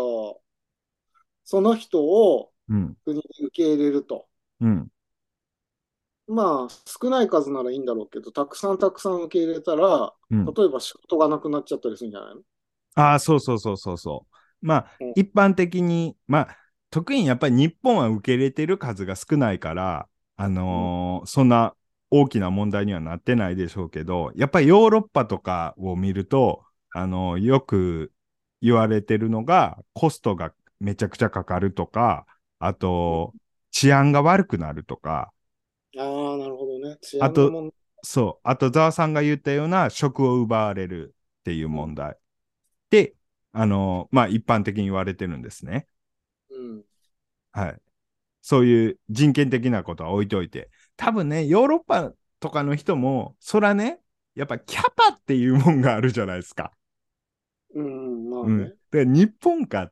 その人をうん、 国に受け入れると。 うん、 まあ、少ない数ならいいんだろうけど、たくさんたくさん受け入れたら、 うん。 例えば仕事がなくなっちゃったりするんじゃないの？ ああ、そうそうそうそうそう。まあ、 うん。 一般的に、まあ、特にやっぱり日本は受け入れてる数が少ないから、 うん。 そんな大きな問題にはなってないでしょうけど、やっぱりヨーロッパとかを見ると、よく言われてるのが、コストがめちゃくちゃかかるとか、あと、治安が悪くなるとか、 ああ、なるほどね。治あと、 安の問そう、あと、ザワさんが言ったような職を奪われるっていう題。 問題。で、まあ、一般的に言われてるんですね。 うん。 はい。そういう人権的なことは置いといて。多分ね、ヨーロッパとかの人も、そらね、やっぱキャパっていうもんがあるじゃないですか。 うん、まうん。 あね。 で、日本かって、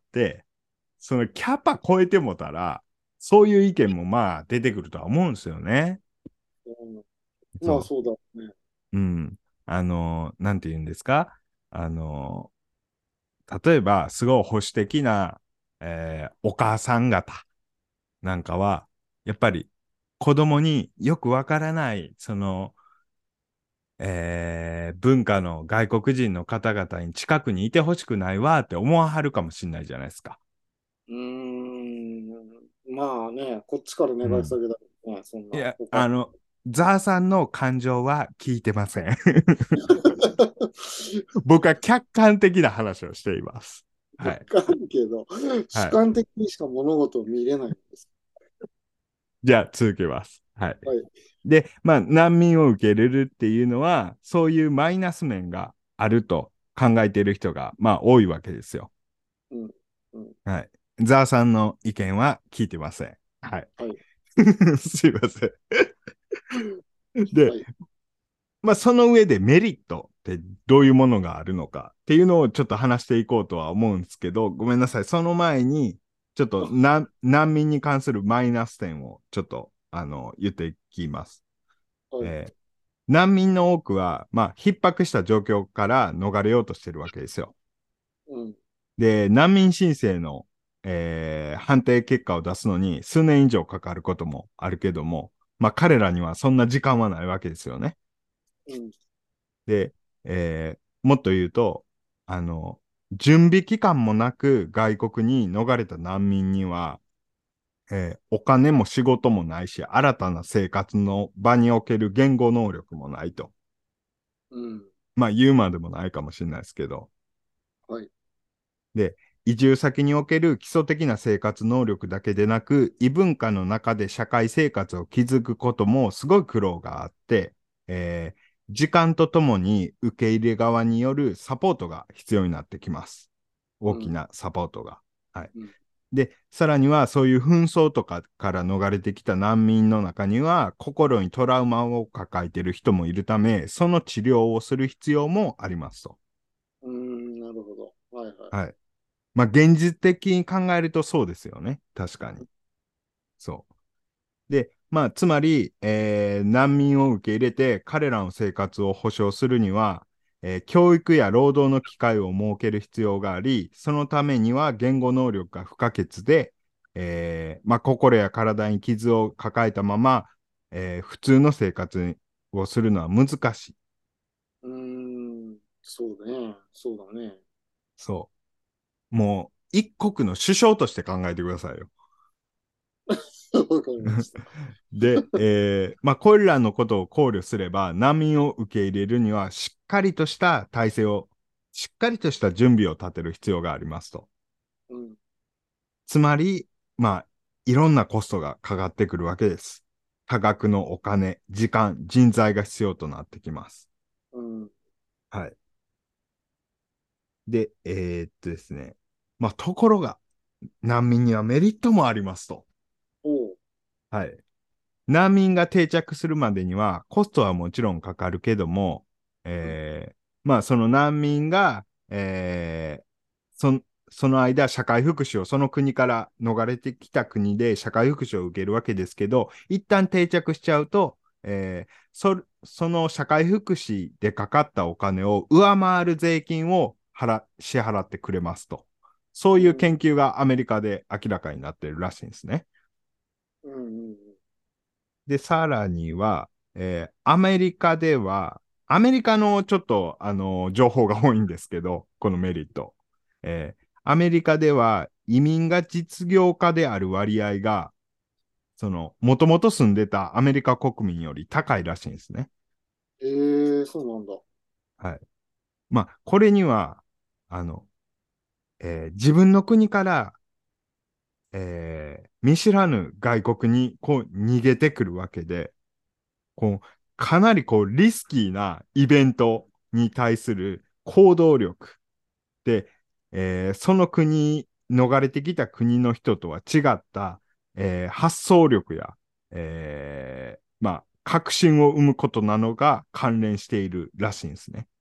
そのキャパ超えてもたら、そういう意見もまあ出てくるとは思うんですよね。 うん、まあそそうだね。 う。うん。なんて言うんですか？あの、例えば、すごい保守的な、お母さん方なんかは、やっぱり子供によくわからない、文化の外国人の方々に近くにいてほしくないわって思わはるかもしれないじゃないですか。 うーん。まあね、こっちから願うん。 い下げだよね、そんな。 いや、 他。 ザーさんの感情は聞いてません。僕は客観的な話をしています。はい。 わかるけど、主はい。 観的にしか物事を見れないんです。 じゃあ続けます。はい。 はい。 で、まあ、難民を受け入れるっていうのは、そういうマイナス面があると考えている人が、まあ、多いわけですよ。 うん。うん。 はい。ザーさんの意見は聞いてません。はい。 はい。 すいません。で、 はい。 まあ、その上でメリットってどういうものがあるのかっていうのをちょっと話していこうとは思うんですけど、ごめんなさい。その前に、ちょっと難民に関するマイナス点をちょっと、言っていきます。 はい。 えー難民の多くは、まあ、逼迫した状況から逃れようとしてるわけですよ。 うん。 で、難民申請の、判定結果を出すのに数年以上かかることもあるけども、まあ、彼らにはそんな時間はないわけですよね。 うん。 で、もっと言うと、あの、準備期間もなく外国に逃れた難民には、お金も仕事もないし、新たな生活の場における言語能力もないと。 うん。 まあ言うまでもないかもしれないですけど。 はい。 で、移住先における基礎的な生活能力だけでなく、異文化の中で社会生活を築くこともすごい苦労があって、時間とともに受け入れ側によるサポートが必要になってきます。大うん。 きなサポートが。はい。 うん。 で、さらにはそういう紛争とかから逃れてきた難民の中には、心にトラウマを抱えている人もいるため、その治療をする必要もありますと。 うーん。なるほど。はいはい。 はい。まあ、現実的に考えるとそうですよね。確かに。そう。で、まあ、つまり、難民を受け入れて彼らの生活を保障するには、教育や労働の機会を設ける必要があり、そのためには言語能力が不可欠で、まあ、心や体に傷を抱えたまま、普通の生活をするのは難しい。 うーん。そうね。そうだね。 そう。もう、一国の首相として考えてくださいよ。 わかりました。 で、まあ、これらのことを考慮すれば、難民を受け入れるには、しっかりとした体制を、しっかりとした準備を立てる必要がありますと。 うん。 つまり、まあ、いろんなコストがかかってくるわけです。多額のお金、時間、人材が必要となってきます。 うん。 はい。で、ですね。まあ、ところが、難民にはメリットもありますと。 おう。 はい。難民が定着するまでにはコストはもちろんかかるけども、 うん。 まあその難民が、その間社会福祉をその国から逃れてきた国で社会福祉を受けるわけですけど、一旦定着しちゃうと、その社会福祉でかかったお金を上回る税金を支払ってくれますと。そういううん。 研究がアメリカで明らかになっているらしいんですね。 うん。うん。 で、さらには、アメリカでは、アメリカのちょっと、情報が多いんですけど、このメリット。アメリカでは移民が実業家である割合が、もともと住んでたアメリカ国民より高いらしいんですね。 そうなんだ。 はい。まあ、これには、あの、自分の国から、見知らぬ外国にこう逃げてくるわけで、こう、かなりこうリスキーなイベントに対する行動力で、その国、逃れてきた国の人とは違った、発想力や、まあ、確信を生むことなのが関連しているらしいんですね。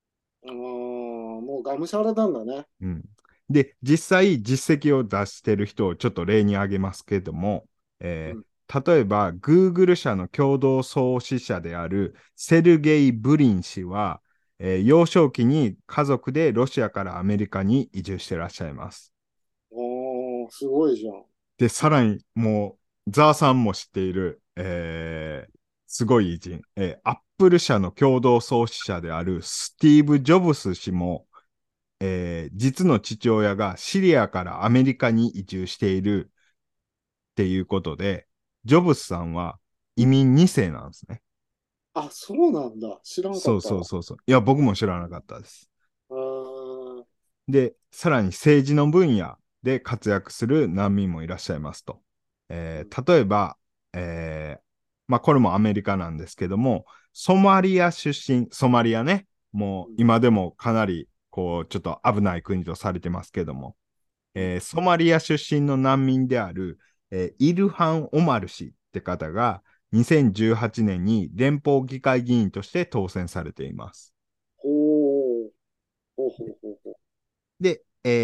もうがむしゃらなんだね。 うん。で、実際実績を出している人をちょっと例に挙げますけれども、 うん。 例えば Google 社の共同創始者であるセルゲイ・ブリン氏は、幼少期に家族でロシアからアメリカに移住してらっしゃいます。 すごいじゃん。 で、さらにもう、ザーさんも知っている、すごい偉人、アップル社の共同創始者であるスティーブ・ジョブス氏も、実の父親がシリアからアメリカに移住しているっていうことで、ジョブスさんは移民2世なんですね。 あ、そうなんだ。知らんかそうったわ。 そうそうそう。いや、僕も知らなかったです。 あーで、さらに政治の分野で活躍する難民もいらっしゃいますと。例えば、まあ、これもアメリカなんですけども、ソマリア出身、ソマリアね、もううん今でもかなり、こう、ちょっと危ない国とされてますけども、 うんソマリア出身の難民である、イルハン・オマル氏って方が2018年に連邦議会議員として当選されています。 ほう、ほうほうほうほで、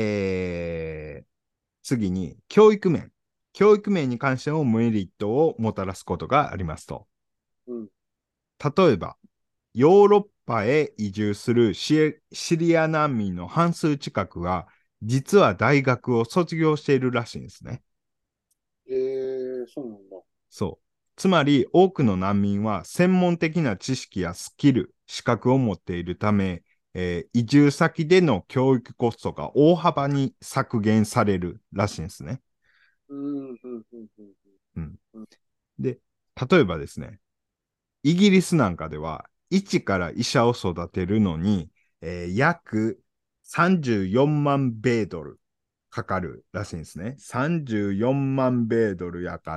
次に教育面。教育面に関してもメリットをもたらすことがありますと。 う。うん。 例えば、ヨーロッパへ移住するシリア難民の半数近くは、実は大学を卒業しているらしいんですね。 そうなんだ。 そう。つまり、多くの難民は専門的な知識やスキル、資格を持っているため、移住先での教育コストが大幅に削減されるらしいんですね。 うん、うん、うん、うん。 うん。 うん。 で、例えばですね、イギリスなんかでは、一から医者を育てるのに、約34万米ドルかかるらしいんですね。34万米ドルやから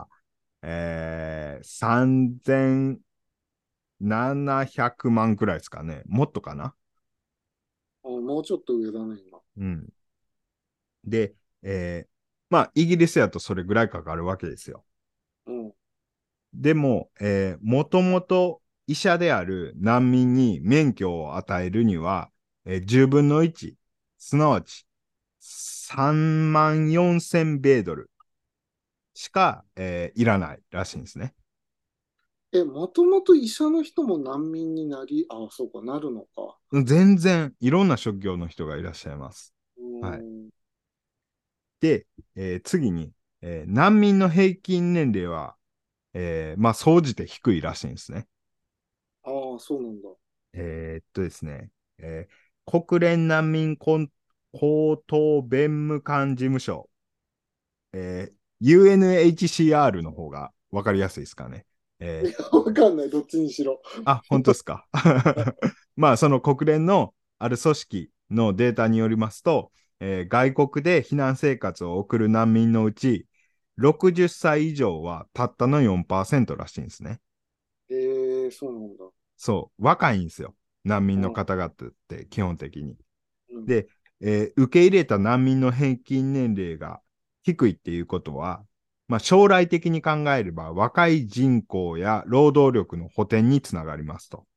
、3700万くらいですかね。もっとかな。 もうちょっと上だね、今。 うん。で、まあ、イギリスやとそれぐらいかかるわけですよ。 うん。 でも、もともと医者である難民に免許を与えるには、10分の1、すなわち3万4000米ドルしか、いらないらしいんですね。 もともと医者の人も難民になり、そうか、なるのか。 全然いろんな職業の人がいらっしゃいます。 うはい。 ーん。 で、次に、難民の平均年齢は、まあ、総じて低いらしいんですね。 そうなんだ。 ですね、国連難民高等弁務官事務所、UNHCR の方がわかりやすいですかね。 いや、わかんない。どっちにしろ。 本当ですか。まあ、その国連のある組織のデータによりますと、外国で避難生活を送る難民のうち、60歳以上はたったの4%らしいんですね。 そうなんだ。 そう、若いんですよ。難民うん、 の方々って基本的に。 うん。 で、受け入れた難民の平均年齢が低いっていうことは、まあ、将来的に考えれば若い人口や労働力の補填につながりますと。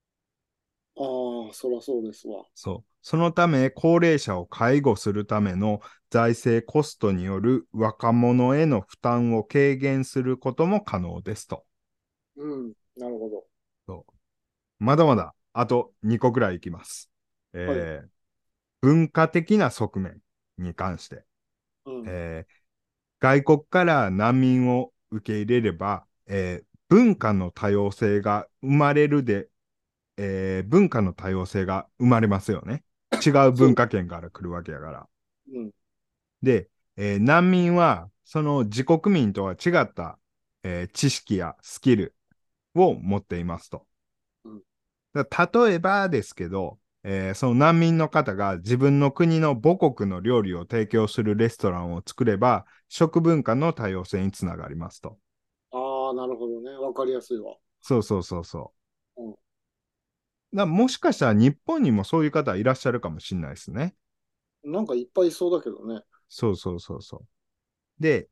そらそうですわ。 そう。そのため、高齢者を介護するための財政コストによる若者への負担を軽減することも可能ですと。 うん、なるほど。 そうまだまだ、あと2個くらいいきます。 はい。 文化的な側面に関して。 うん、 外国から難民を受け入れれば、 文化の多様性が生まれるで、文化の多様性が生まれますよね。違うそう。 文化圏から来るわけやから。 うん。 で、難民は、その自国民とは違った、知識やスキルを持っていますと。 うん。 例えばですけど、その難民の方が自分の国の母国の料理を提供するレストランを作れば、食文化の多様性につながりますと。 ああ、なるほどね。わかりやすいわ。 そうそうそうそう。 うん。 もしかしたら日本にもそういう方いらっしゃるかもしれないですね。 なんかいっぱいいそうだけどね。 そうそうそうそう。で、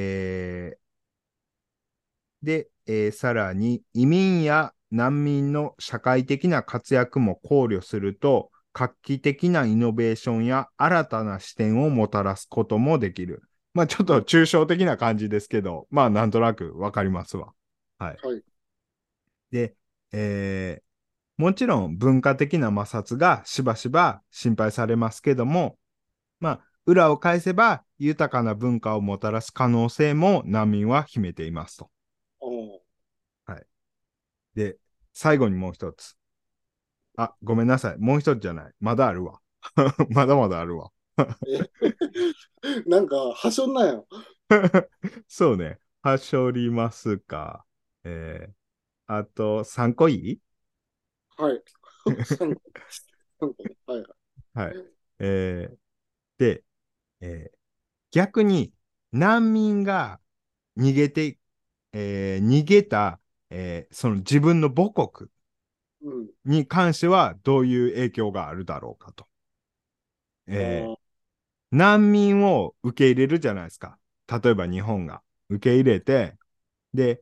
さらに移民や難民の社会的な活躍も考慮すると、画期的なイノベーションや新たな視点をもたらすこともできる。まあちょっとうん。 抽象的な感じですけど、まあなんとなくわかりますわ。はい。 はい。 で、えーもちろん文化的な摩擦がしばしば心配されますけども、まあ裏を返せば豊かな文化をもたらす可能性も難民は秘めていますと。 うん。 はい。で、最後にもう一つ。あ、ごめんなさい。もう一つじゃない。まだあるわ。まだまだあるわ。 え、なんか、はしょんなよ。 そうね。はしょりますか。あと3個いい？ はい。3個、3個ね。はいはい。 はい。えーで、えー逆に難民が逃げて、逃げた、その自分の母国うん。 に関してはどういう影響があるだろうかと。えーああ、 難民を受け入れるじゃないですか。例えば日本が受け入れて、で、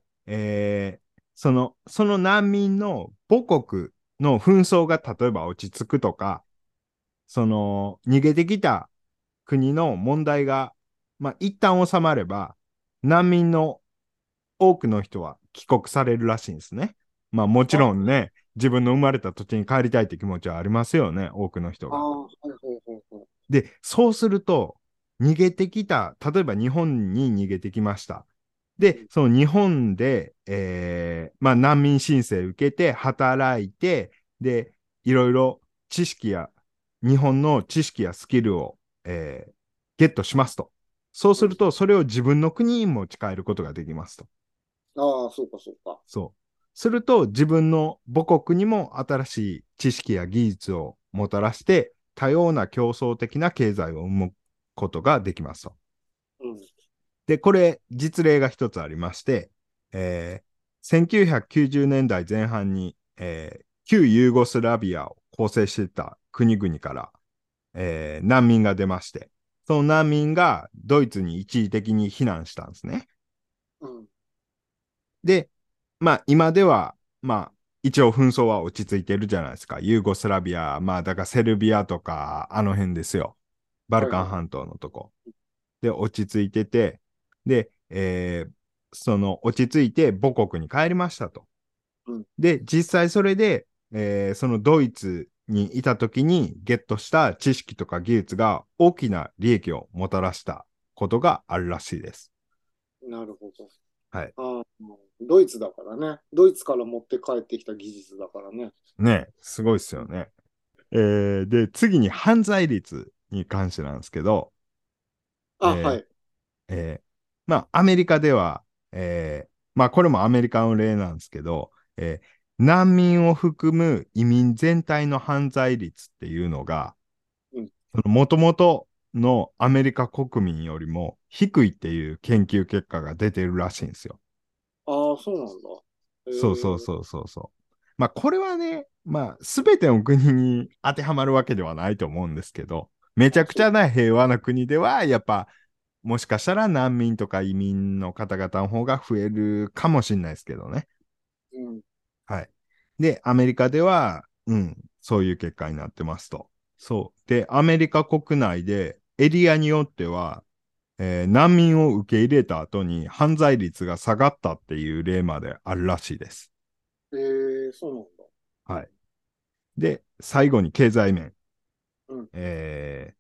その難民の母国の紛争が例えば落ち着くとか、その逃げてきた国の問題が、まあ、一旦収まれば、難民の多くの人は帰国されるらしいんですね。まあもちあ、 ろんね、自分の生まれた土地に帰りたいって気持ちはありますよね、多くの人が。 ああ、はいはいはいはい。 で、そうすると、逃げてきた、例えば日本に逃げてきました。で、 うん。 その日本で、まあ、難民申請受けて、働いて、で、いろいろ知識や、日本の知識やスキルを、ゲットしますと。そううん。 すると、それを自分の国に持ち帰ることができますと。 ああ、そうかそうか。 そう。すると、自分の母国にも新しい知識や技術をもたらして、多様な競争的な経済を生むことができますと。 うん。 で、これ、実例が一つありまして、1990年代前半に、旧ユーゴスラビアを構成していた国々から、難民が出まして、その難民がドイツに一時的に避難したんですね。 うん。 で、まあ今では、まあ一応紛争は落ち着いてるじゃないですか。ユーゴスラビア、まあだからセルビアとか、あの辺ですよ。バルはいはいはい。 カン半島のとこ。で、落ち着いてて、で、その落ち着いて母国に帰りましたと。 うん。 で、実際それで、そのドイツにいた時にゲットした知識とか技術が大きな利益をもたらしたことがあるらしいです。 なるほど。 はい。 ああ、ドイツだからね。ドイツから持って帰ってきた技術だからね。 ね、すごいですうん。 よね。で、次に犯罪率に関してなんですけど、 あ、はえい。 まあ、アメリカでは、まあ、これもアメリカの例なんですけど、難民を含む移民全体の犯罪率っていうのが、 うん。 もともとのアメリカ国民よりも低いっていう研究結果が出てるらしいんですよ。 ああ、そうなんだ。 そうそうそうそうそう。まあ、これはね、まあ、すべての国に当てはまるわけではないと思うんですけど、めちあ、 ゃくちそう。 ゃな平和な国では、やっぱ、もしかしたら難民とか移民の方々の方が増えるかもしれないですけどね。 うん。 はい。で、アメリカでは、そういう結果になってますと。そう。で、アメリカ国内でエリアによっては、難民を受け入れた後に犯罪率が下がったっていう例まであるらしいです。 そうなんだ。うん。 はい。で、最後に経済面。 うん。 え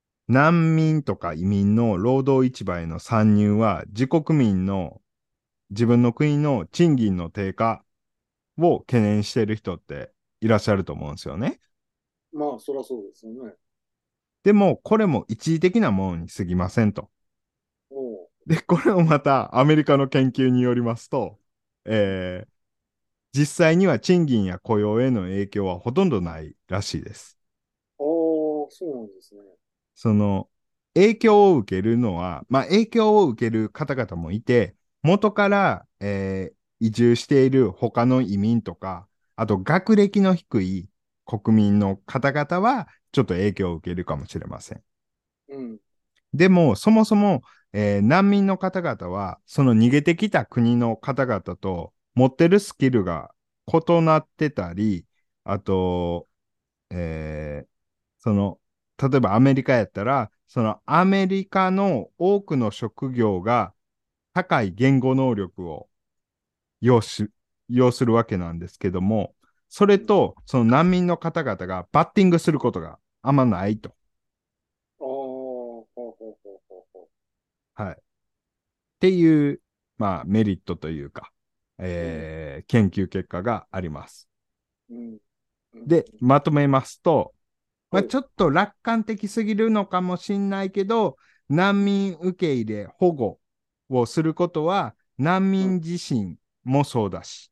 難民とか移民の労働市場への参入は自国民の自分の国の賃金の低下を懸念している人っていらっしゃると思うんですよね。 まあ、そりゃそうですよね。 でも、これも一時的なものに過ぎませんと。 おう。 で、これをまたアメリカの研究によりますと、えー実際には賃金や雇用への影響はほとんどないらしいです。 ああ、そうなんですね。 その、影響を受けるのは、まあ、影響を受ける方々もいて、元から、移住している他の移民とか、あと学歴の低い国民の方々は、ちょっと影響を受けるかもしれません。 うん。 でも、そもそも、難民の方々は、その逃げてきた国の方々と持ってるスキルが異なってたり、あと、えーその、例えばアメリカやったら、そのアメリカの多くの職業が高い言語能力を要し、要するわけなんですけども、それと、その難民の方々がバッティングすることがあんまないと。 ああ、ほうほうほうほうほはい。っていう、まあ、メリットというか、 う。うん。 研究結果があります。 うん。うん。 で、まとめますと、まあ、 はい。 ちょっと楽観的すぎるのかもしんないけど、難民受け入れ、保護をすることは、難うん。 民自身もそうだし、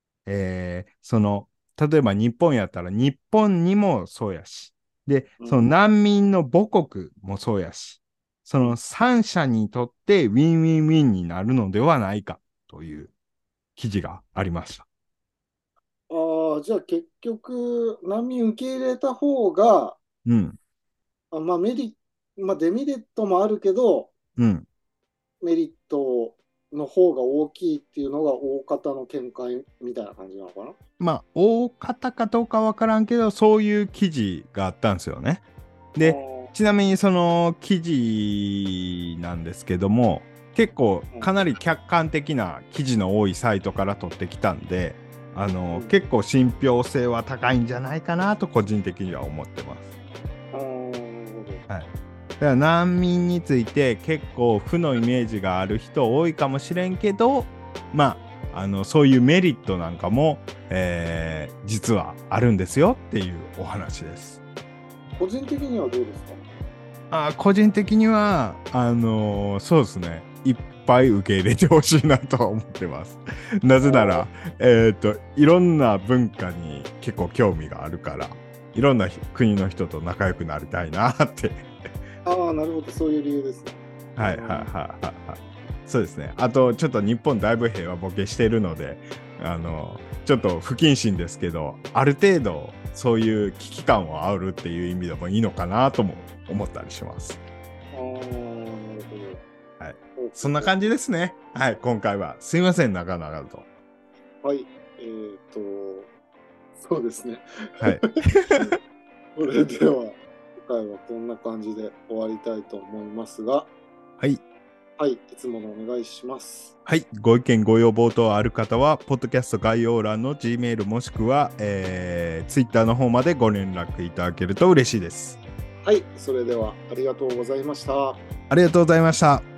例えば日本やったら日本にもそうやし、で、 うん。 その難民の母国もそうやし、そのうん。 三者にとってウィンウィンウィンになるのではないかという記事がありました。 ああ、じゃあ結局、難民受け入れた方が、 うん、 まあまあデメリットもあるけど、 うん。 メリットの方が大きいっていうのが大方の見解みたいな感じなのかな。 まあ、大方かどうかわからんけど、そういう記事があったんですよね。 あで、ちあ、 なみにその記事なんですけども、結構うん。 かなり客観的な記事の多いサイトから取ってきたんで、 うん。 結構信憑性は高いんじゃないかなと個人的には思ってます。 ああ、なるほど。 はい。だから難民について結構負のイメージがある人多いかもしれんけど、まあ、そういうメリットなんかも、実はあるんですよっていうお話です。 個人的にはどうですか？ 個人的には、そうですね。いっぱい受け入れてほしいなとは思ってます。なぜなら、いろんな文化に結構興味があるから、いろんな国の人と仲良くなりたいなってああ、なるほど、そういう理由ですね。 はいはいはいはいはい。そうですね。あと、ちょっと日本だいぶ平和ボケしてるので、ちょっと不謹慎ですけど、ある程度、そういう危機感を煽るっていう意味でもいいのかなとも思ったりします。 ああ、なるほはい。 ど。ほうそんな感じですね。はい、今回は。すいません、長々と。 はい。えっと、そうですね。 はい。 それでは、今回はこんな感じで終わりたいと思いますが、 はい。 はい、いつものお願いします。 はい。ご意見、ご要望等ある方は、ポッドキャスト概要欄の Gmail もしくは、Twitter の方までご連絡いただけると嬉しいです。 はい、それではありがとうございました。 ありがとうございました。